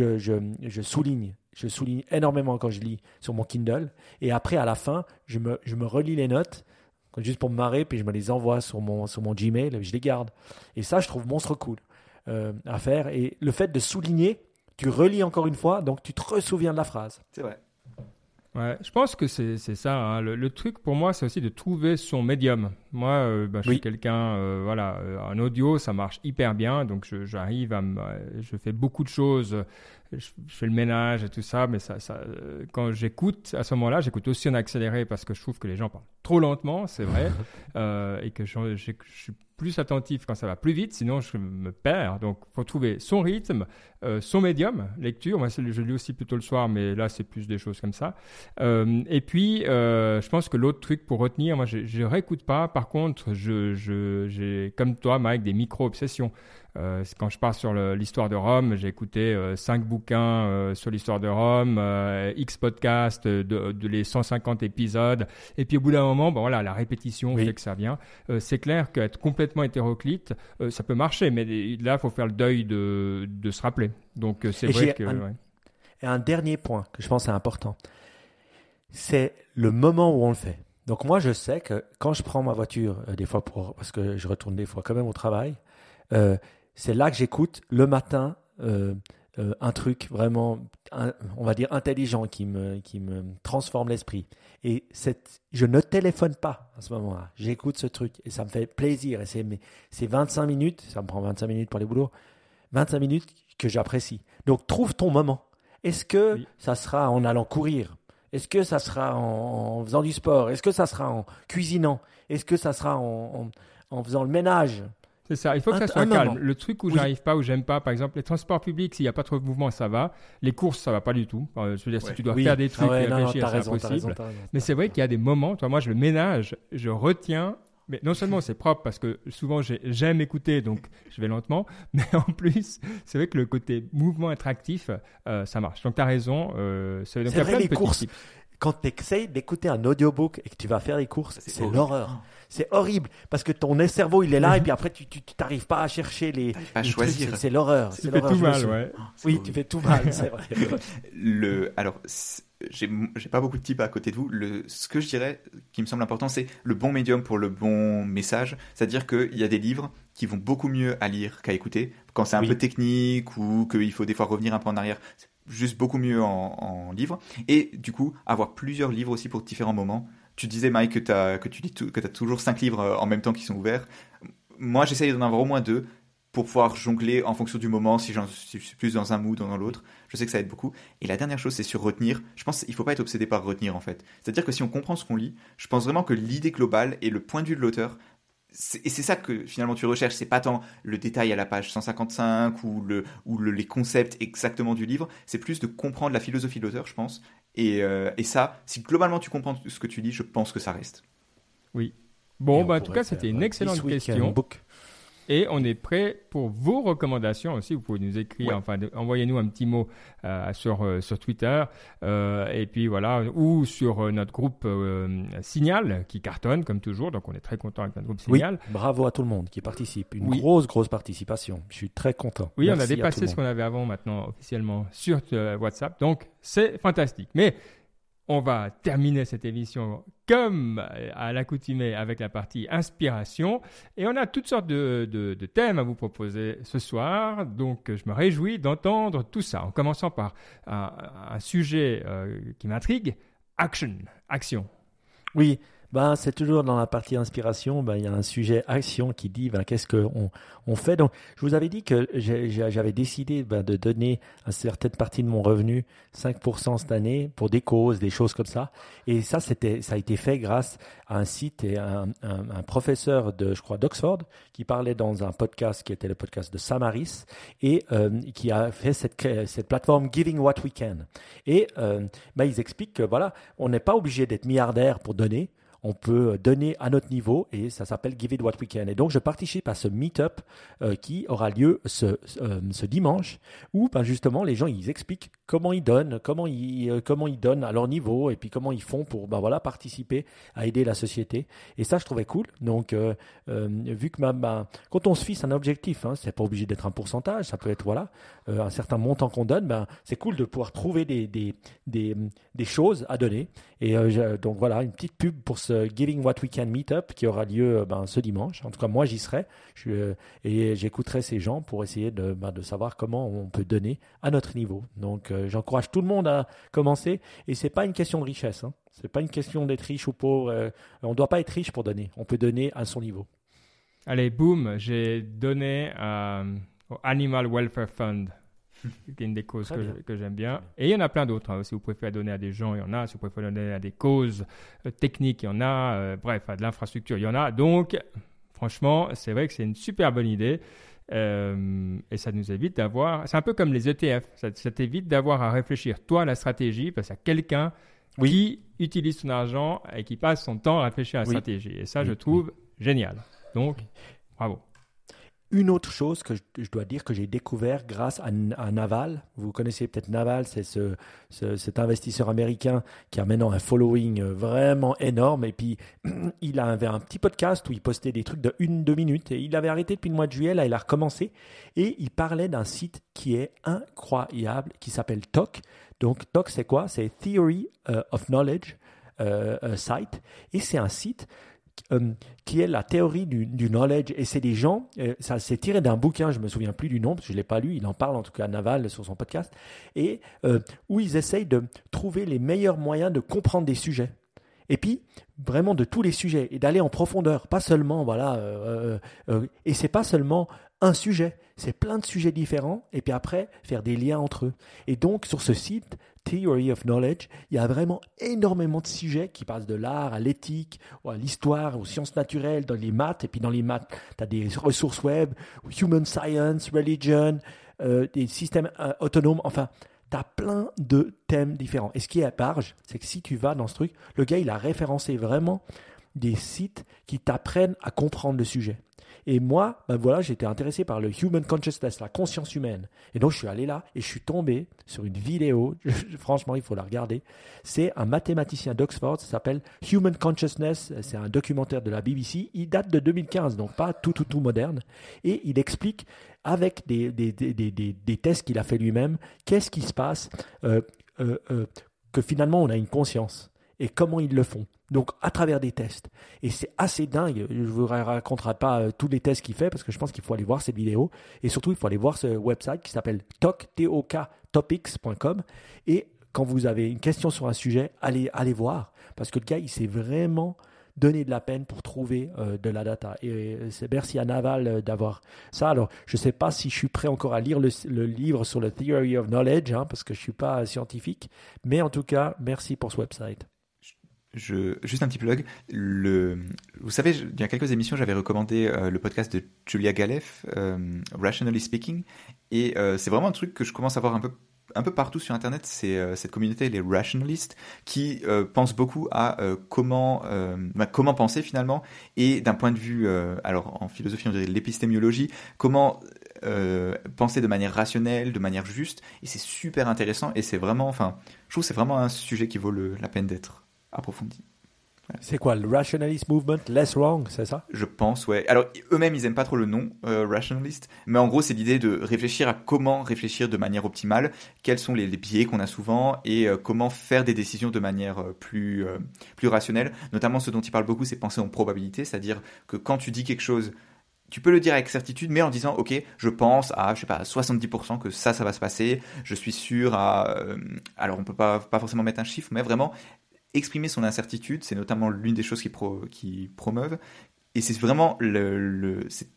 je souligne énormément quand je lis sur mon Kindle, et après à la fin je me relis les notes juste pour me marrer, puis je me les envoie sur mon Gmail, et je les garde. Et ça, je trouve monstre cool à faire. Et le fait de souligner, tu relis encore une fois, donc tu te ressouviens de la phrase. C'est vrai. Ouais, je pense que c'est ça. Le truc pour moi, c'est aussi de trouver son médium. Moi, je suis quelqu'un, en audio, ça marche hyper bien. Donc, j'arrive je fais beaucoup de choses. Je fais le ménage et tout ça, mais quand j'écoute, à ce moment-là, j'écoute aussi en accéléré parce que je trouve que les gens parlent trop lentement, c'est vrai, et que je suis plus attentif quand ça va plus vite, sinon je me perds. Donc, il faut trouver son rythme, son médium, lecture. Moi, je lis aussi plutôt le soir, mais là, c'est plus des choses comme ça. Et puis, je pense que l'autre truc pour retenir, moi, je réécoute pas. Par contre, j'ai, comme toi, Mike, des micro-obsessions. Quand je pars sur l'histoire de Rome, j'ai écouté 5 bouquins sur l'histoire de Rome, X podcasts de les 150 épisodes. Et puis au bout d'un moment, la répétition fait que ça vient. C'est clair qu'être complètement hétéroclite, ça peut marcher, mais là, il faut faire le deuil de se rappeler. Donc c'est vrai que... Et un dernier point que je pense est important, c'est le moment où on le fait. Donc moi, je sais que quand je prends ma voiture, des fois parce que je retourne des fois quand même au travail, c'est là que j'écoute le matin un truc vraiment, on va dire, intelligent qui me transforme l'esprit. Et je ne téléphone pas à ce moment-là. J'écoute ce truc et ça me fait plaisir. Et c'est 25 minutes, ça me prend 25 minutes pour les boulots, 25 minutes que j'apprécie. Donc trouve ton moment. Est-ce que ça sera en allant courir? Est-ce que ça sera en faisant du sport? Est-ce que ça sera en cuisinant? Est-ce que ça sera en faisant le ménage? C'est ça, il faut que ça soit un calme. moment. Le truc où Oui. j'arrive pas, où j'aime pas, par exemple, les transports publics, s'il n'y a pas trop de mouvement, ça va. Les courses, ça va pas du tout. Je veux dire, si Ouais. tu dois Oui. faire des trucs et non, réfléchir, t'as c'est raison, impossible. t'as raison. Mais c'est vrai qu'il y a des moments, toi, moi, je le ménage, je retiens. Mais non seulement c'est propre parce que souvent j'aime écouter, donc je vais lentement, mais en plus, c'est vrai que le côté mouvement interactif, ça marche. Donc tu as raison. Donc, C'est il y a vrai, plein de les petits courses. tips. Quand tu essayes d'écouter un audiobook et que tu vas faire les courses, c'est horrible. l'horreur. C'est horrible parce que ton cerveau il est là et puis après tu t'arrives pas à chercher les. T'arrives pas à les choisir. trucs, c'est l'horreur. Tu C'est fais l'horreur, tout je me mal, souviens. ouais. Oui, tu fais tout mal, c'est vrai. Alors, j'ai pas beaucoup de tips à côté de vous. Ce que je dirais qui me semble important, c'est le bon médium pour le bon message. C'est-à-dire qu'il y a des livres qui vont beaucoup mieux à lire qu'à écouter. Quand c'est un Oui. peu technique ou qu'il faut des fois revenir un peu en arrière, c'est juste beaucoup mieux en livre. Et du coup, avoir plusieurs livres aussi pour différents moments. Tu disais, Mike, que tu as toujours 5 livres en même temps qui sont ouverts. Moi, j'essaye d'en avoir au moins 2 pour pouvoir jongler en fonction du moment, si je suis plus dans un mood ou dans l'autre. Je sais que ça aide beaucoup. Et la dernière chose, c'est sur retenir. Je pense qu'il ne faut pas être obsédé par retenir, en fait. C'est-à-dire que si on comprend ce qu'on lit, je pense vraiment que l'idée globale et le point de vue de l'auteur, et c'est ça que finalement tu recherches, c'est pas tant le détail à la page 155 ou les concepts exactement du livre, c'est plus de comprendre la philosophie de l'auteur, je pense. Et ça, si globalement tu comprends ce que tu lis, je pense que ça reste. Oui. Et Bon, on bah, en tout pourrait cas, c'était faire, une excellente This Week question. Book. Et on est prêt pour vos recommandations aussi. Vous pouvez nous écrire, Ouais. envoyez-nous un petit mot sur Twitter. Et puis voilà, ou sur notre groupe Signal, qui cartonne comme toujours. Donc on est très content avec notre groupe Oui, Signal. bravo à tout le monde qui participe. Une Oui. grosse participation. Je suis très content. Oui, on a Merci à tout dépassé le ce monde. qu'on avait avant maintenant officiellement sur WhatsApp. Donc c'est fantastique. Mais on va terminer cette émission comme à l'accoutumée avec la partie inspiration. Et on a toutes sortes de thèmes à vous proposer ce soir. Donc je me réjouis d'entendre tout ça. En commençant par un sujet qui m'intrigue, action. Oui, ben, c'est toujours dans la partie inspiration, ben, il y a un sujet action qui dit ben, qu'est-ce qu'on fait. Donc, je vous avais dit que j'avais décidé ben, de donner une certaine partie de mon revenu, 5% cette année, pour des causes, des choses comme ça. Et ça a été fait grâce à un site et un professeur je crois, d'Oxford, qui parlait dans un podcast qui était le podcast de Sam Harris et qui a fait cette plateforme Giving What We Can. Et ben, ils expliquent que voilà, on n'est pas obligé d'être milliardaire pour donner. On peut donner à notre niveau et ça s'appelle Give It What We Can. Et donc, je participe à ce meet-up qui aura lieu ce dimanche où ben, justement les gens ils expliquent comment ils donnent, comment ils donnent à leur niveau et puis comment ils font pour ben, voilà, participer à aider la société. Et ça, je trouvais cool. Donc, vu que quand on se fixe un objectif, hein, c'est pas obligé d'être un pourcentage, ça peut être voilà, un certain montant qu'on donne, ben, c'est cool de pouvoir trouver des choses à donner. Et donc voilà, une petite pub pour ce Giving What We Can Meetup qui aura lieu ce dimanche. En tout cas, moi, j'y serai et j'écouterai ces gens pour essayer de savoir comment on peut donner à notre niveau. Donc, j'encourage tout le monde à commencer. Et c'est pas une question de richesse. Hein. C'est pas une question d'être riche ou pauvre. On ne doit pas être riche pour donner. On peut donner à son niveau. Allez, boum, j'ai donné au Animal Welfare Fund, qui est une des causes que j'aime bien. Et il y en a plein d'autres. Hein. Si vous préférez donner à des gens, il y en a. Si vous préférez donner à des causes techniques, il y en a. Bref, à de l'infrastructure, il y en a. Donc, franchement, c'est vrai que c'est une super bonne idée. Et ça nous évite d'avoir... C'est un peu comme les ETF. Ça t'évite d'avoir à réfléchir, toi, à la stratégie, parce qu'il y a quelqu'un qui utilise son argent et qui passe son temps à réfléchir à la stratégie. Et ça, je trouve génial. Donc, bravo. Une autre chose que je dois dire que j'ai découvert grâce à Naval. Vous connaissez peut-être Naval, c'est cet investisseur américain qui a maintenant un following vraiment énorme. Et puis, il avait un petit podcast où il postait des trucs de 1-2 minutes. Et il avait arrêté depuis le mois de juillet, là il a recommencé. Et il parlait d'un site qui est incroyable, qui s'appelle TOC. Donc TOC, c'est quoi? C'est Theory of Knowledge site. Et c'est un site qui est la théorie du knowledge. Et c'est des gens, ça s'est tiré d'un bouquin, je ne me souviens plus du nom, parce que je ne l'ai pas lu, il en parle en tout cas à Naval sur son podcast, et où ils essayent de trouver les meilleurs moyens de comprendre des sujets. Et puis, vraiment de tous les sujets, et d'aller en profondeur, pas seulement, voilà, et c'est pas seulement un sujet. C'est plein de sujets différents et puis après, faire des liens entre eux. Et donc, sur ce site, Theory of Knowledge, il y a vraiment énormément de sujets qui passent de l'art à l'éthique, ou à l'histoire, aux sciences naturelles, dans les maths. Et puis dans les maths, tu as des ressources web, human science, religion, des systèmes autonomes. Enfin, tu as plein de thèmes différents. Et ce qui est à Barge, c'est que si tu vas dans ce truc, le gars, il a référencé vraiment des sites qui t'apprennent à comprendre le sujet. Et moi, ben voilà, j'étais intéressé par le human consciousness, la conscience humaine. Et donc, je suis allé là et je suis tombé sur une vidéo. Franchement, il faut la regarder. C'est un mathématicien d'Oxford, ça s'appelle Human Consciousness. C'est un documentaire de la BBC. Il date de 2015, donc pas tout moderne. Et il explique avec des tests qu'il a fait lui-même, qu'est-ce qui se passe que finalement, on a une conscience et comment ils le font. Donc, à travers des tests. Et c'est assez dingue. Je ne vous raconterai pas tous les tests qu'il fait parce que je pense qu'il faut aller voir cette vidéo. Et surtout, il faut aller voir ce website qui s'appelle topics.com. Et quand vous avez une question sur un sujet, allez voir. Parce que le gars, il s'est vraiment donné de la peine pour trouver de la data. Et c'est merci à Naval d'avoir ça. Alors, je ne sais pas si je suis prêt encore à lire le livre sur le Theory of Knowledge, parce que je ne suis pas scientifique. Mais en tout cas, merci pour ce website. Juste un petit plug. Vous savez, il y a quelques émissions, j'avais recommandé le podcast de Julia Galef, Rationally Speaking, et c'est vraiment un truc que je commence à voir un peu partout sur Internet. C'est cette communauté, les rationalistes, qui pensent beaucoup à comment penser finalement, et d'un point de vue, alors en philosophie on dirait l'épistémiologie, comment penser de manière rationnelle, de manière juste, et c'est super intéressant, et c'est vraiment, je trouve que c'est vraiment un sujet qui vaut la peine d'être approfondi. Voilà. C'est quoi, le Rationalist Movement Less Wrong, c'est ça? Je pense, ouais. Alors, eux-mêmes, ils aiment pas trop le nom, Rationalist, mais en gros, c'est l'idée de réfléchir à comment réfléchir de manière optimale, quels sont les biais qu'on a souvent, et comment faire des décisions de manière plus rationnelle. Notamment, ce dont ils parlent beaucoup, c'est penser en probabilité, c'est-à-dire que quand tu dis quelque chose, tu peux le dire avec certitude, mais en disant, ok, je pense à, 70% que ça va se passer, je suis sûr alors on peut pas forcément mettre un chiffre, mais vraiment, exprimer son incertitude, c'est notamment l'une des choses qui promeuvent, et c'est vraiment cette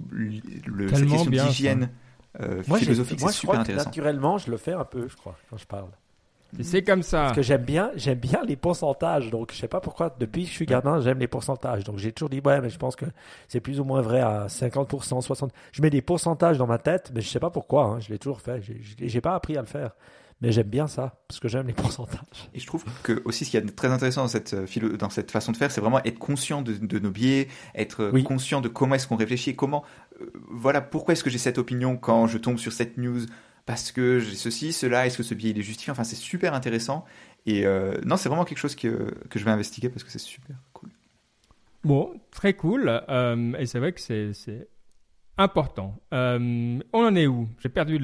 question d'hygiène philosophique, c'est super intéressant. Naturellement, je le fais un peu, je crois, quand je parle. C'est comme ça. Parce que j'aime bien les pourcentages, donc je sais pas pourquoi, depuis que je suis gamin, j'aime les pourcentages, donc j'ai toujours dit, ouais, mais je pense que c'est plus ou moins vrai à 50%, 60%. Je mets des pourcentages dans ma tête, mais je sais pas pourquoi, je l'ai toujours fait, j'ai pas appris à le faire. Mais j'aime bien ça, parce que j'aime les pourcentages. Et je trouve que aussi ce qu'il y a de très intéressant dans cette façon de faire, c'est vraiment être conscient de nos biais, être conscient de comment est-ce qu'on réfléchit, pourquoi est-ce que j'ai cette opinion quand je tombe sur cette news, parce que j'ai ceci, cela, est-ce que ce biais il est justifié, c'est super intéressant. Et non, c'est vraiment quelque chose que je vais investiguer parce que c'est super cool. Bon, très cool. Et c'est vrai que c'est important. On en est où? J'ai perdu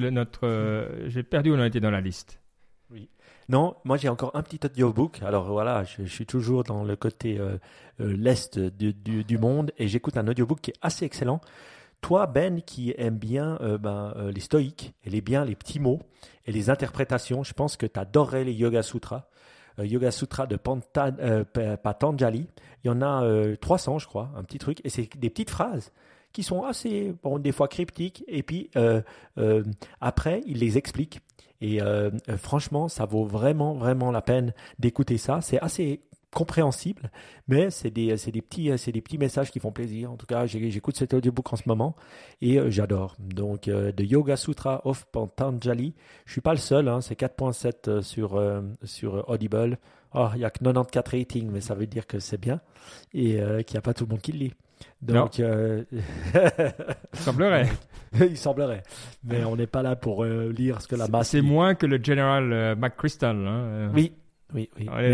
où on était dans la liste. Oui. Non, moi j'ai encore un petit audiobook. Alors voilà, je suis toujours dans le côté l'est du monde et j'écoute un audiobook qui est assez excellent. Toi, Ben, qui aime bien les stoïques et les petits mots et les interprétations, je pense que tu adorerais les Yoga Sutras. Yoga Sutra de Patanjali. Il y en a 300, je crois, un petit truc. Et c'est des petites phrases qui sont assez, des fois cryptiques, et puis après, il les explique. Et franchement, ça vaut vraiment, vraiment la peine d'écouter ça. C'est assez compréhensible, mais c'est des petits messages qui font plaisir. En tout cas, j'écoute cet audiobook en ce moment, et j'adore. Donc, The Yoga Sutra of Patanjali. Je suis pas le seul, c'est 4.7 sur Audible. Il y a que 94 ratings, mais ça veut dire que c'est bien, et qu'il n'y a pas tout le monde qui le lit. Donc, il semblerait. Il semblerait. Mais on n'est pas là pour lire ce que la masse. C'est moins que le General McChrystal. Oui. Mais,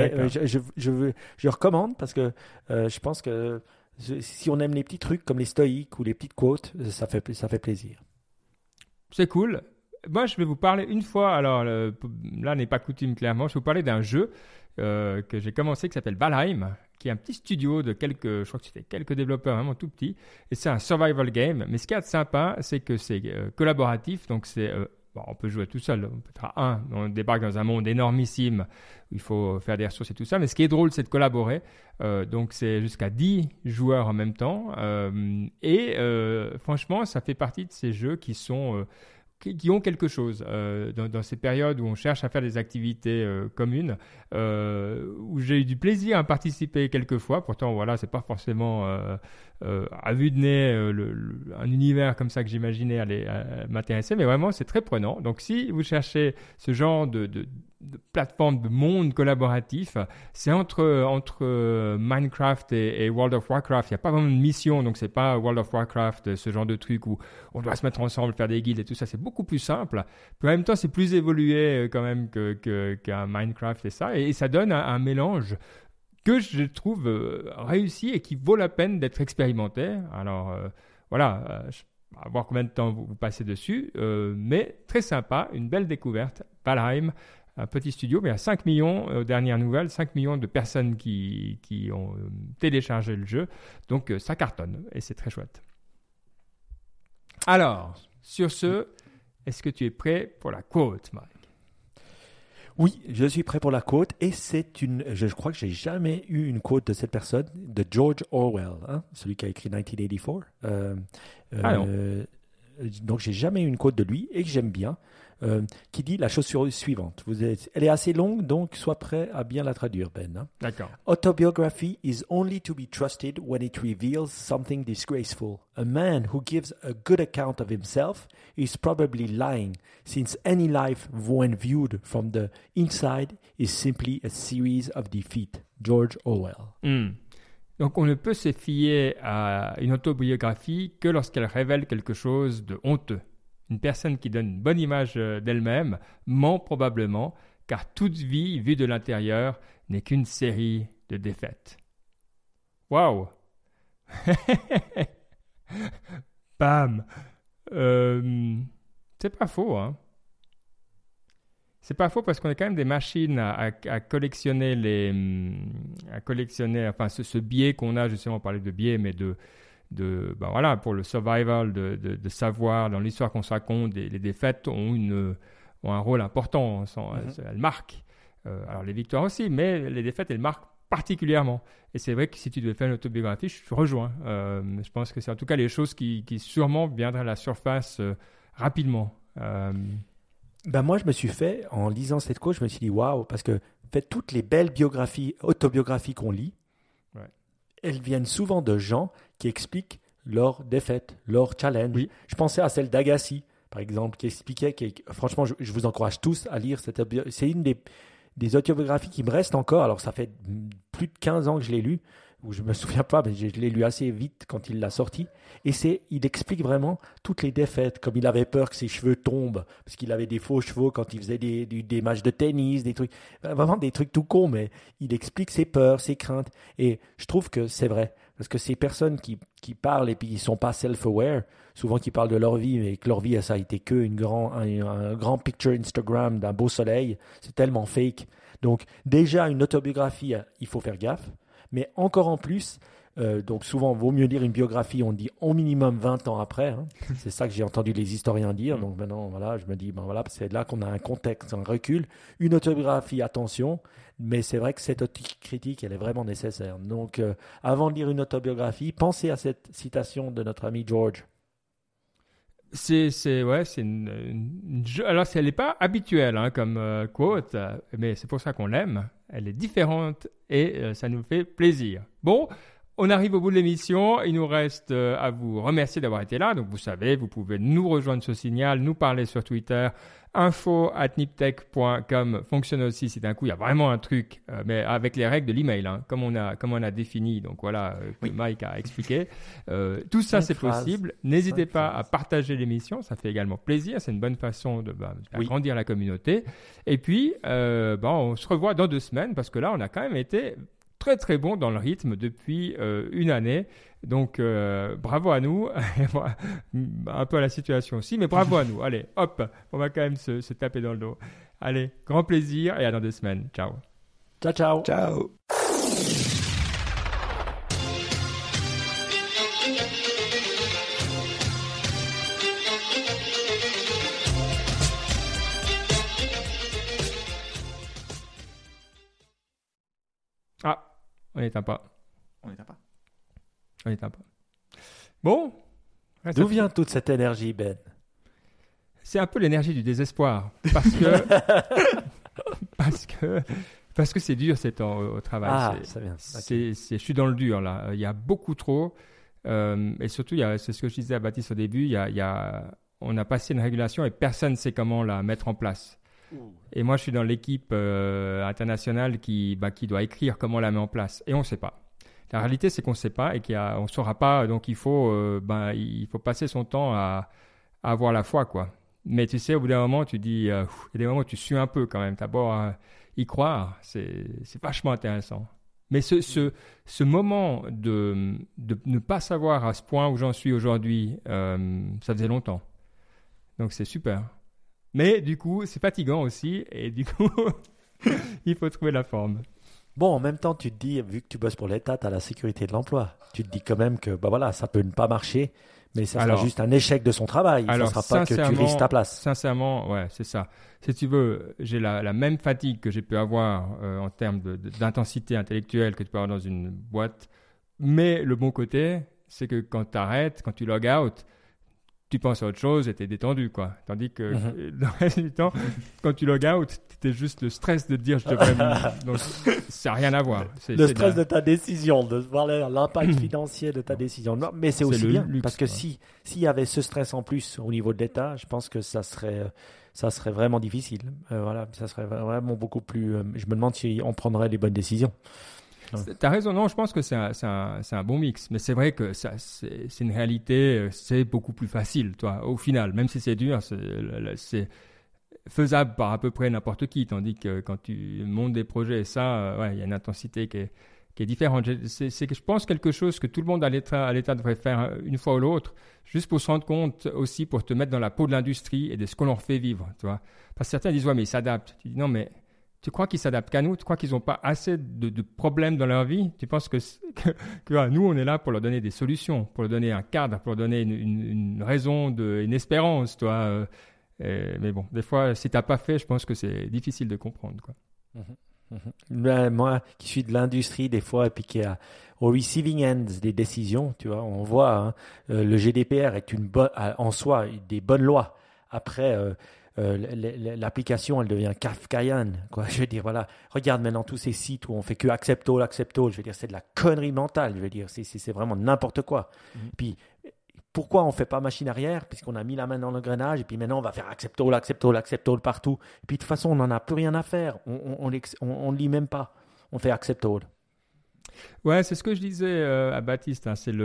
je recommande parce que je pense que si on aime les petits trucs comme les stoïques ou les petites quotes, ça fait plaisir. C'est cool. Moi, je vais vous parler une fois. Alors là n'est pas coutume clairement. Je vais vous parler d'un jeu que j'ai commencé qui s'appelle Valheim, qui est un petit studio de je crois que c'était quelques développeurs vraiment tout petits, et c'est un survival game. Mais ce qui est sympa, c'est que c'est collaboratif, donc c'est bon, on peut jouer tout seul, on peut être à 1. On débarque dans un monde énormissime où il faut faire des ressources et tout ça. Mais ce qui est drôle, c'est de collaborer. Donc, c'est jusqu'à 10 joueurs en même temps. Franchement, ça fait partie de ces jeux qui ont quelque chose dans ces périodes où on cherche à faire des activités communes, où j'ai eu du plaisir à participer quelques fois. Pourtant, voilà, c'est pas forcément à vue de nez un univers comme ça que j'imaginais allait m'intéresser, mais vraiment, c'est très prenant. Donc, si vous cherchez ce genre de plateforme de monde collaboratif, c'est entre Minecraft et World of Warcraft. Il n'y a pas vraiment de mission, donc c'est pas World of Warcraft, ce genre de truc où on doit se mettre ensemble, faire des guildes et tout ça. C'est beaucoup plus simple. Puis en même temps, c'est plus évolué quand même qu'un Minecraft et ça. Et ça donne un mélange que je trouve réussi et qui vaut la peine d'être expérimenté. Alors voilà, à voir combien de temps vous passez dessus, mais très sympa, une belle découverte. Valheim, un petit studio, mais à 5 millions, aux dernières nouvelles, 5 millions de personnes qui ont téléchargé le jeu. Donc, ça cartonne et c'est très chouette. Alors, sur ce, est-ce que tu es prêt pour la quote, Mike? Oui, je suis prêt pour la quote et je crois que j'ai jamais eu une quote de cette personne, de George Orwell, hein, celui qui a écrit 1984. Donc, j'ai jamais eu une quote de lui et que j'aime bien. Qui dit la chose suivante. Elle est assez longue, donc sois prêt à bien la traduire, Ben. Hein? D'accord. Autobiography is only to be trusted when it reveals something disgraceful. A man who gives a good account of himself is probably lying, since any life, when viewed from the inside, is simply a series of defeat. George Orwell. Donc, on ne peut se fier à une autobiographie que lorsqu'elle révèle quelque chose de honteux. Une personne qui donne une bonne image d'elle-même ment probablement, car toute vie vue de l'intérieur n'est qu'une série de défaites. Waouh! Bam! C'est pas faux, hein? C'est pas faux parce qu'on a quand même des machines à collectionner ce biais qu'on a, justement, on parlait de biais, mais pour le survival, de savoir dans l'histoire qu'on se raconte, les défaites ont un rôle important, elles marquent. Alors les victoires aussi, mais les défaites, elles marquent particulièrement. Et c'est vrai que si tu devais faire une autobiographie, je te rejoins. Je pense que c'est en tout cas les choses qui sûrement viendraient à la surface rapidement. Moi, je me suis fait, en lisant cette quote, je me suis dit waouh, parce que toutes les belles autobiographies qu'on lit, elles viennent souvent de gens qui expliquent leurs défaites, leurs challenges. Oui. Je pensais à celle d'Agassi, par exemple, qui expliquait, franchement, je vous encourage tous à lire c'est une des autobiographies qui me reste encore. Alors, ça fait plus de 15 ans que je l'ai lu, ou je ne me souviens pas, mais je l'ai lu assez vite quand il l'a sorti. Et il explique vraiment toutes les défaites, comme il avait peur que ses cheveux tombent, parce qu'il avait des faux cheveux quand il faisait des matchs de tennis, des trucs, vraiment des trucs tout cons, mais il explique ses peurs, ses craintes. Et je trouve que c'est vrai, parce que ces personnes qui parlent et puis qui ne sont pas self-aware, souvent qui parlent de leur vie, mais que leur vie, ça a été que un grand picture Instagram d'un beau soleil, c'est tellement fake. Donc déjà, une autobiographie, il faut faire gaffe. Mais encore en plus, donc souvent, il vaut mieux lire une biographie, on dit au minimum 20 ans après. Hein. C'est ça que j'ai entendu les historiens dire. Donc maintenant, voilà, je me dis, c'est là qu'on a un contexte, un recul. Une autobiographie, attention, mais c'est vrai que cette autocritique, elle est vraiment nécessaire. Donc, avant de lire une autobiographie, pensez à cette citation de notre ami George. Alors, elle n'est pas habituelle comme quote, mais c'est pour ça qu'on l'aime. Elle est différente et ça nous fait plaisir. Bon, on arrive au bout de l'émission. Il nous reste à vous remercier d'avoir été là. Donc, vous savez, vous pouvez nous rejoindre sur Signal, nous parler sur Twitter. info@niptech.com fonctionne aussi si d'un coup il y a vraiment un truc, mais avec les règles de l'email, comme on a défini. Donc voilà, que Mike a expliqué. Tout ça, c'est possible. N'hésitez pas à partager l'émission, ça fait également plaisir. C'est une bonne façon d'agrandir la communauté. Et puis, on se revoit dans 2 semaines parce que là, on a quand même été très très bon dans le rythme depuis une année. Donc, bravo à nous. Un peu à la situation aussi, mais bravo à nous. Allez, hop, on va quand même se taper dans le dos. Allez, grand plaisir et à dans 2 semaines. Ciao. Ciao, ciao. Ciao. Ah, on n'éteint pas. On n'éteint pas. On n'éteint pas. Bon. Ouais, D'où vient toute cette énergie, Ben? C'est un peu l'énergie du désespoir. Parce que... parce que c'est dur ces temps au travail. Ah, ça vient. Je suis dans le dur, là. Il y a beaucoup trop. Et surtout, c'est ce que je disais à Baptiste au début, on a passé une régulation et personne ne sait comment la mettre en place. Et moi, je suis dans l'équipe internationale qui doit écrire comment la met en place. Et on ne sait pas. La réalité, c'est qu'on ne sait pas et qu'on ne saura pas. Donc, il faut passer son temps à avoir la foi, quoi. Mais tu sais, au bout d'un moment, tu dis, il y a des moments où tu sues un peu quand même. T'as beau y croire, c'est vachement intéressant. Mais ce moment de ne pas savoir à ce point où j'en suis aujourd'hui, ça faisait longtemps. Donc, c'est super. Mais du coup, c'est fatigant aussi. Et du coup, il faut trouver la forme. Bon, en même temps, tu te dis, vu que tu bosses pour l'État, tu as la sécurité de l'emploi. Tu te dis quand même que ça peut ne pas marcher, mais ça sera juste un échec de son travail. Ça ne sera pas que tu risques ta place. Sincèrement, ouais, c'est ça. Si tu veux, j'ai la même fatigue que j'ai pu avoir en termes d'intensité intellectuelle que tu peux avoir dans une boîte. Mais le bon côté, c'est que quand tu arrêtes, quand tu log out, tu penses à autre chose et tu es détendu, quoi. Tandis que dans le reste du temps, quand tu log out, tu es juste le stress de te dire je devrais... Donc, ça n'a rien à voir. Le stress de ta décision, de voir l'impact financier de ta décision. Non, mais c'est aussi bien, luxe, parce que s'il y avait ce stress en plus au niveau de l'État, je pense que ça serait vraiment difficile. Ça serait vraiment beaucoup plus... je me demande si on prendrait les bonnes décisions. T'as raison, non, je pense que c'est un bon mix. Mais c'est vrai que c'est une réalité, c'est beaucoup plus facile, toi, au final. Même si c'est dur, c'est faisable par à peu près n'importe qui. Tandis que quand tu montes des projets, il y a une intensité qui est différente. C'est je pense, quelque chose que tout le monde à l'État devrait faire une fois ou l'autre, juste pour se rendre compte aussi, pour te mettre dans la peau de l'industrie et de ce qu'on leur fait vivre, tu vois. Parce que certains disent, ouais, mais ils s'adaptent. Tu dis, non, mais... Tu crois qu'ils s'adaptent qu'à nous? Tu crois qu'ils n'ont pas assez de problèmes dans leur vie? Tu penses que nous, on est là pour leur donner des solutions, pour leur donner un cadre, pour leur donner une raison, une espérance, toi. Mais bon, des fois, si tu n'as pas fait, je pense que c'est difficile de comprendre, quoi. Ben, moi, qui suis de l'industrie, des fois, et puis qui est au receiving end des décisions, tu vois, on voit, le GDPR est en soi des bonnes lois. Après... l'application, elle devient kafkaïenne, quoi. Je veux dire, voilà, regarde maintenant tous ces sites où on fait que accepto, je veux dire, c'est de la connerie mentale, je veux dire, c'est vraiment n'importe quoi. Puis, pourquoi on fait pas machine arrière? Puisqu'on a mis la main dans l'engrenage, et puis maintenant on va faire accepto partout. Et puis de toute façon, on n'en a plus rien à faire, on lit même pas, on fait accepto. Ouais, c'est ce que je disais à Baptiste, hein, c'est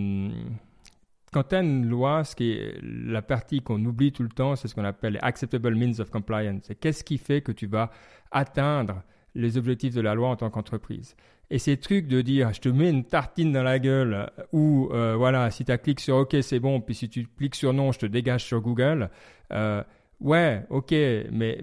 quand tu as une loi, ce qui est la partie qu'on oublie tout le temps, c'est ce qu'on appelle les acceptable means of compliance. C'est qu'est-ce qui fait que tu vas atteindre les objectifs de la loi en tant qu'entreprise. Et ces trucs de dire je te mets une tartine dans la gueule ou si tu cliques sur OK, c'est bon, puis si tu cliques sur non, je te dégage sur Google. Ouais, ok, mais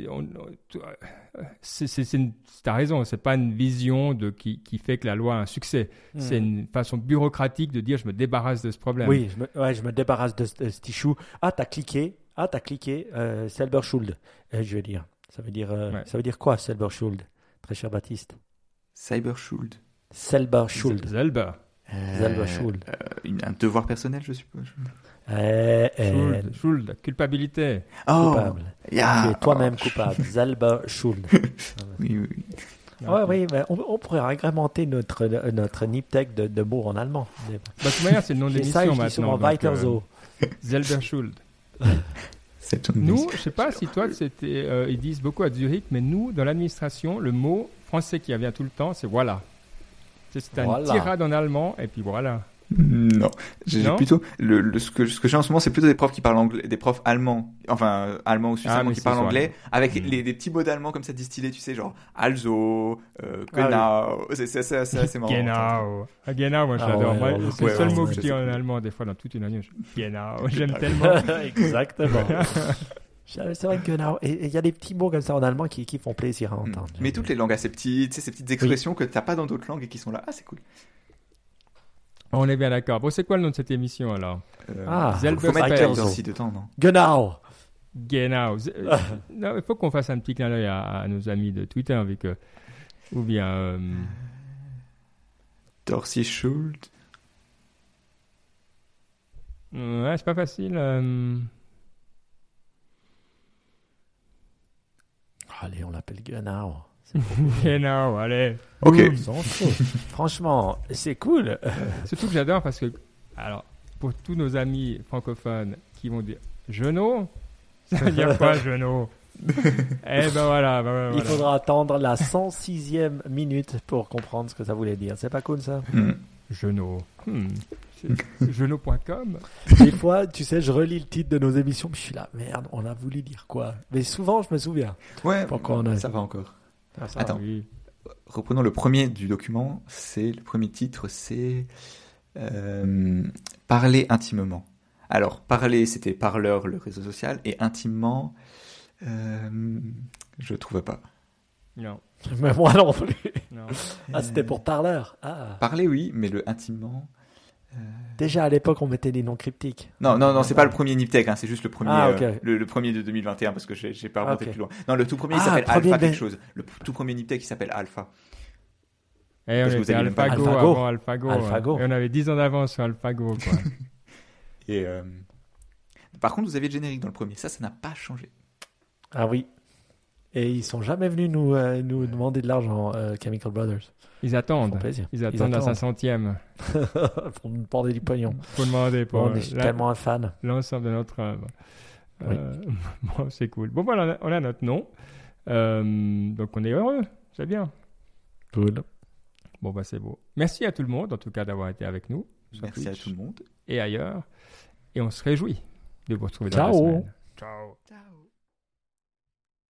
t'as raison, c'est pas une vision qui fait que la loi a un succès. C'est une façon bureaucratique de dire je me débarrasse de ce problème. Oui, je me débarrasse de ce tichou. Ah, t'as cliqué, Selber Schuld, je veux dire. Ça veut dire quoi, Selber Schuld, très cher Baptiste? Selber Schuld. Selber. Schuld. Un devoir personnel, je suppose. Schuld, culpabilité. Coupable. Tu es toi-même coupable. Selber Schuld. Oui. Oui, mais on pourrait agrémenter notre niptech de mots en allemand. De toute manière, c'est le nom de l'émission maintenant. Selber Schuld. Nous, je ne sais pas si toi, ils disent beaucoup à Zurich, mais nous, dans l'administration, le mot français qui revient tout le temps, c'est voilà. C'est un tirade en allemand, et puis voilà. Non, j'ai plutôt ce que j'ai en ce moment, c'est plutôt des profs qui parlent anglais, des profs allemands, enfin allemands ou suisses allemands qui parlent anglais, avec des petits mots d'allemand comme ça distillés, tu sais, genre also, genau, c'est marrant. Genau, moi j'adore. C'est le seul mot que je dis en allemand des fois dans toute une année. Genau, j'aime tellement. Exactement. C'est vrai que il y a des petits mots comme ça en allemand qui font plaisir à entendre. Mais toutes les langues assez petites, ces petites expressions que t'as pas dans d'autres langues et qui sont là, c'est cool. On est bien d'accord. Bon, c'est quoi le nom de cette émission alors? Faut mettre aussi de temps, non? Genau. Non, il faut qu'on fasse un petit clin d'œil à nos amis de Twitter, vu que Ou bien... Dorsey Schultz. Ouais, c'est pas facile. Allez, on l'appelle Gunnar. Genau, allez. Ok. Ils sont chauds. Franchement, c'est cool. Surtout que j'adore parce que, alors, pour tous nos amis francophones qui vont dire Genot, ça veut dire quoi, Genot? Eh ben voilà. Il faudra attendre la 106e minute pour comprendre ce que ça voulait dire. C'est pas cool, ça? Genot. Genot.com. Des fois, tu sais, je relis le titre de nos émissions, puis je suis là, merde, on a voulu dire quoi? Mais souvent, je me souviens. Ouais, Pourquoi on a... ça va encore. Ah, ça, Attends. Oui. Reprenons le premier du document. Le premier titre, c'est Parler intimement. Alors, parler, c'était parleur, le réseau social, et intimement, je trouve pas. Non. Mais moi non plus. Non. Ah, c'était pour parleur. Ah. Parler, oui, mais le intimement. Déjà à l'époque, on mettait des noms cryptiques. Non, c'est pas le premier Niptech, hein, c'est juste le premier, Ah, ok. le premier de 2021 parce que j'ai pas remonté Ok. plus loin. Non, le tout premier il Ah, s'appelle premier Alpha de- quelque chose. Le tout premier Niptech il s'appelle Alpha. Et on Parce que vous était aviez même pas AlphaGo AlphaGo. avant AlphaGo. AlphaGo. Et on avait 10 ans d'avance sur AlphaGo, quoi. Et par contre, vous aviez le générique dans le premier. Ça n'a pas changé. Ah oui. Et ils sont jamais venus nous demander de l'argent, Chemical Brothers. Ils Ils attendent. font plaisir. Ils attendent la 500e. Pour nous porter du pognon. Faut demander pour On est tellement un fan. l'ensemble de notre œuvre. Oui. Bon, c'est cool. Bon, voilà, on a notre nom. Donc, on est heureux. C'est bien. Cool. Bon, bah, c'est beau. Merci à tout le monde, en tout cas, d'avoir été avec nous. sur Merci à Twitch tout le monde. Et ailleurs. Et on se réjouit de vous retrouver dans Ciao. 2 semaines. Ciao. Ciao.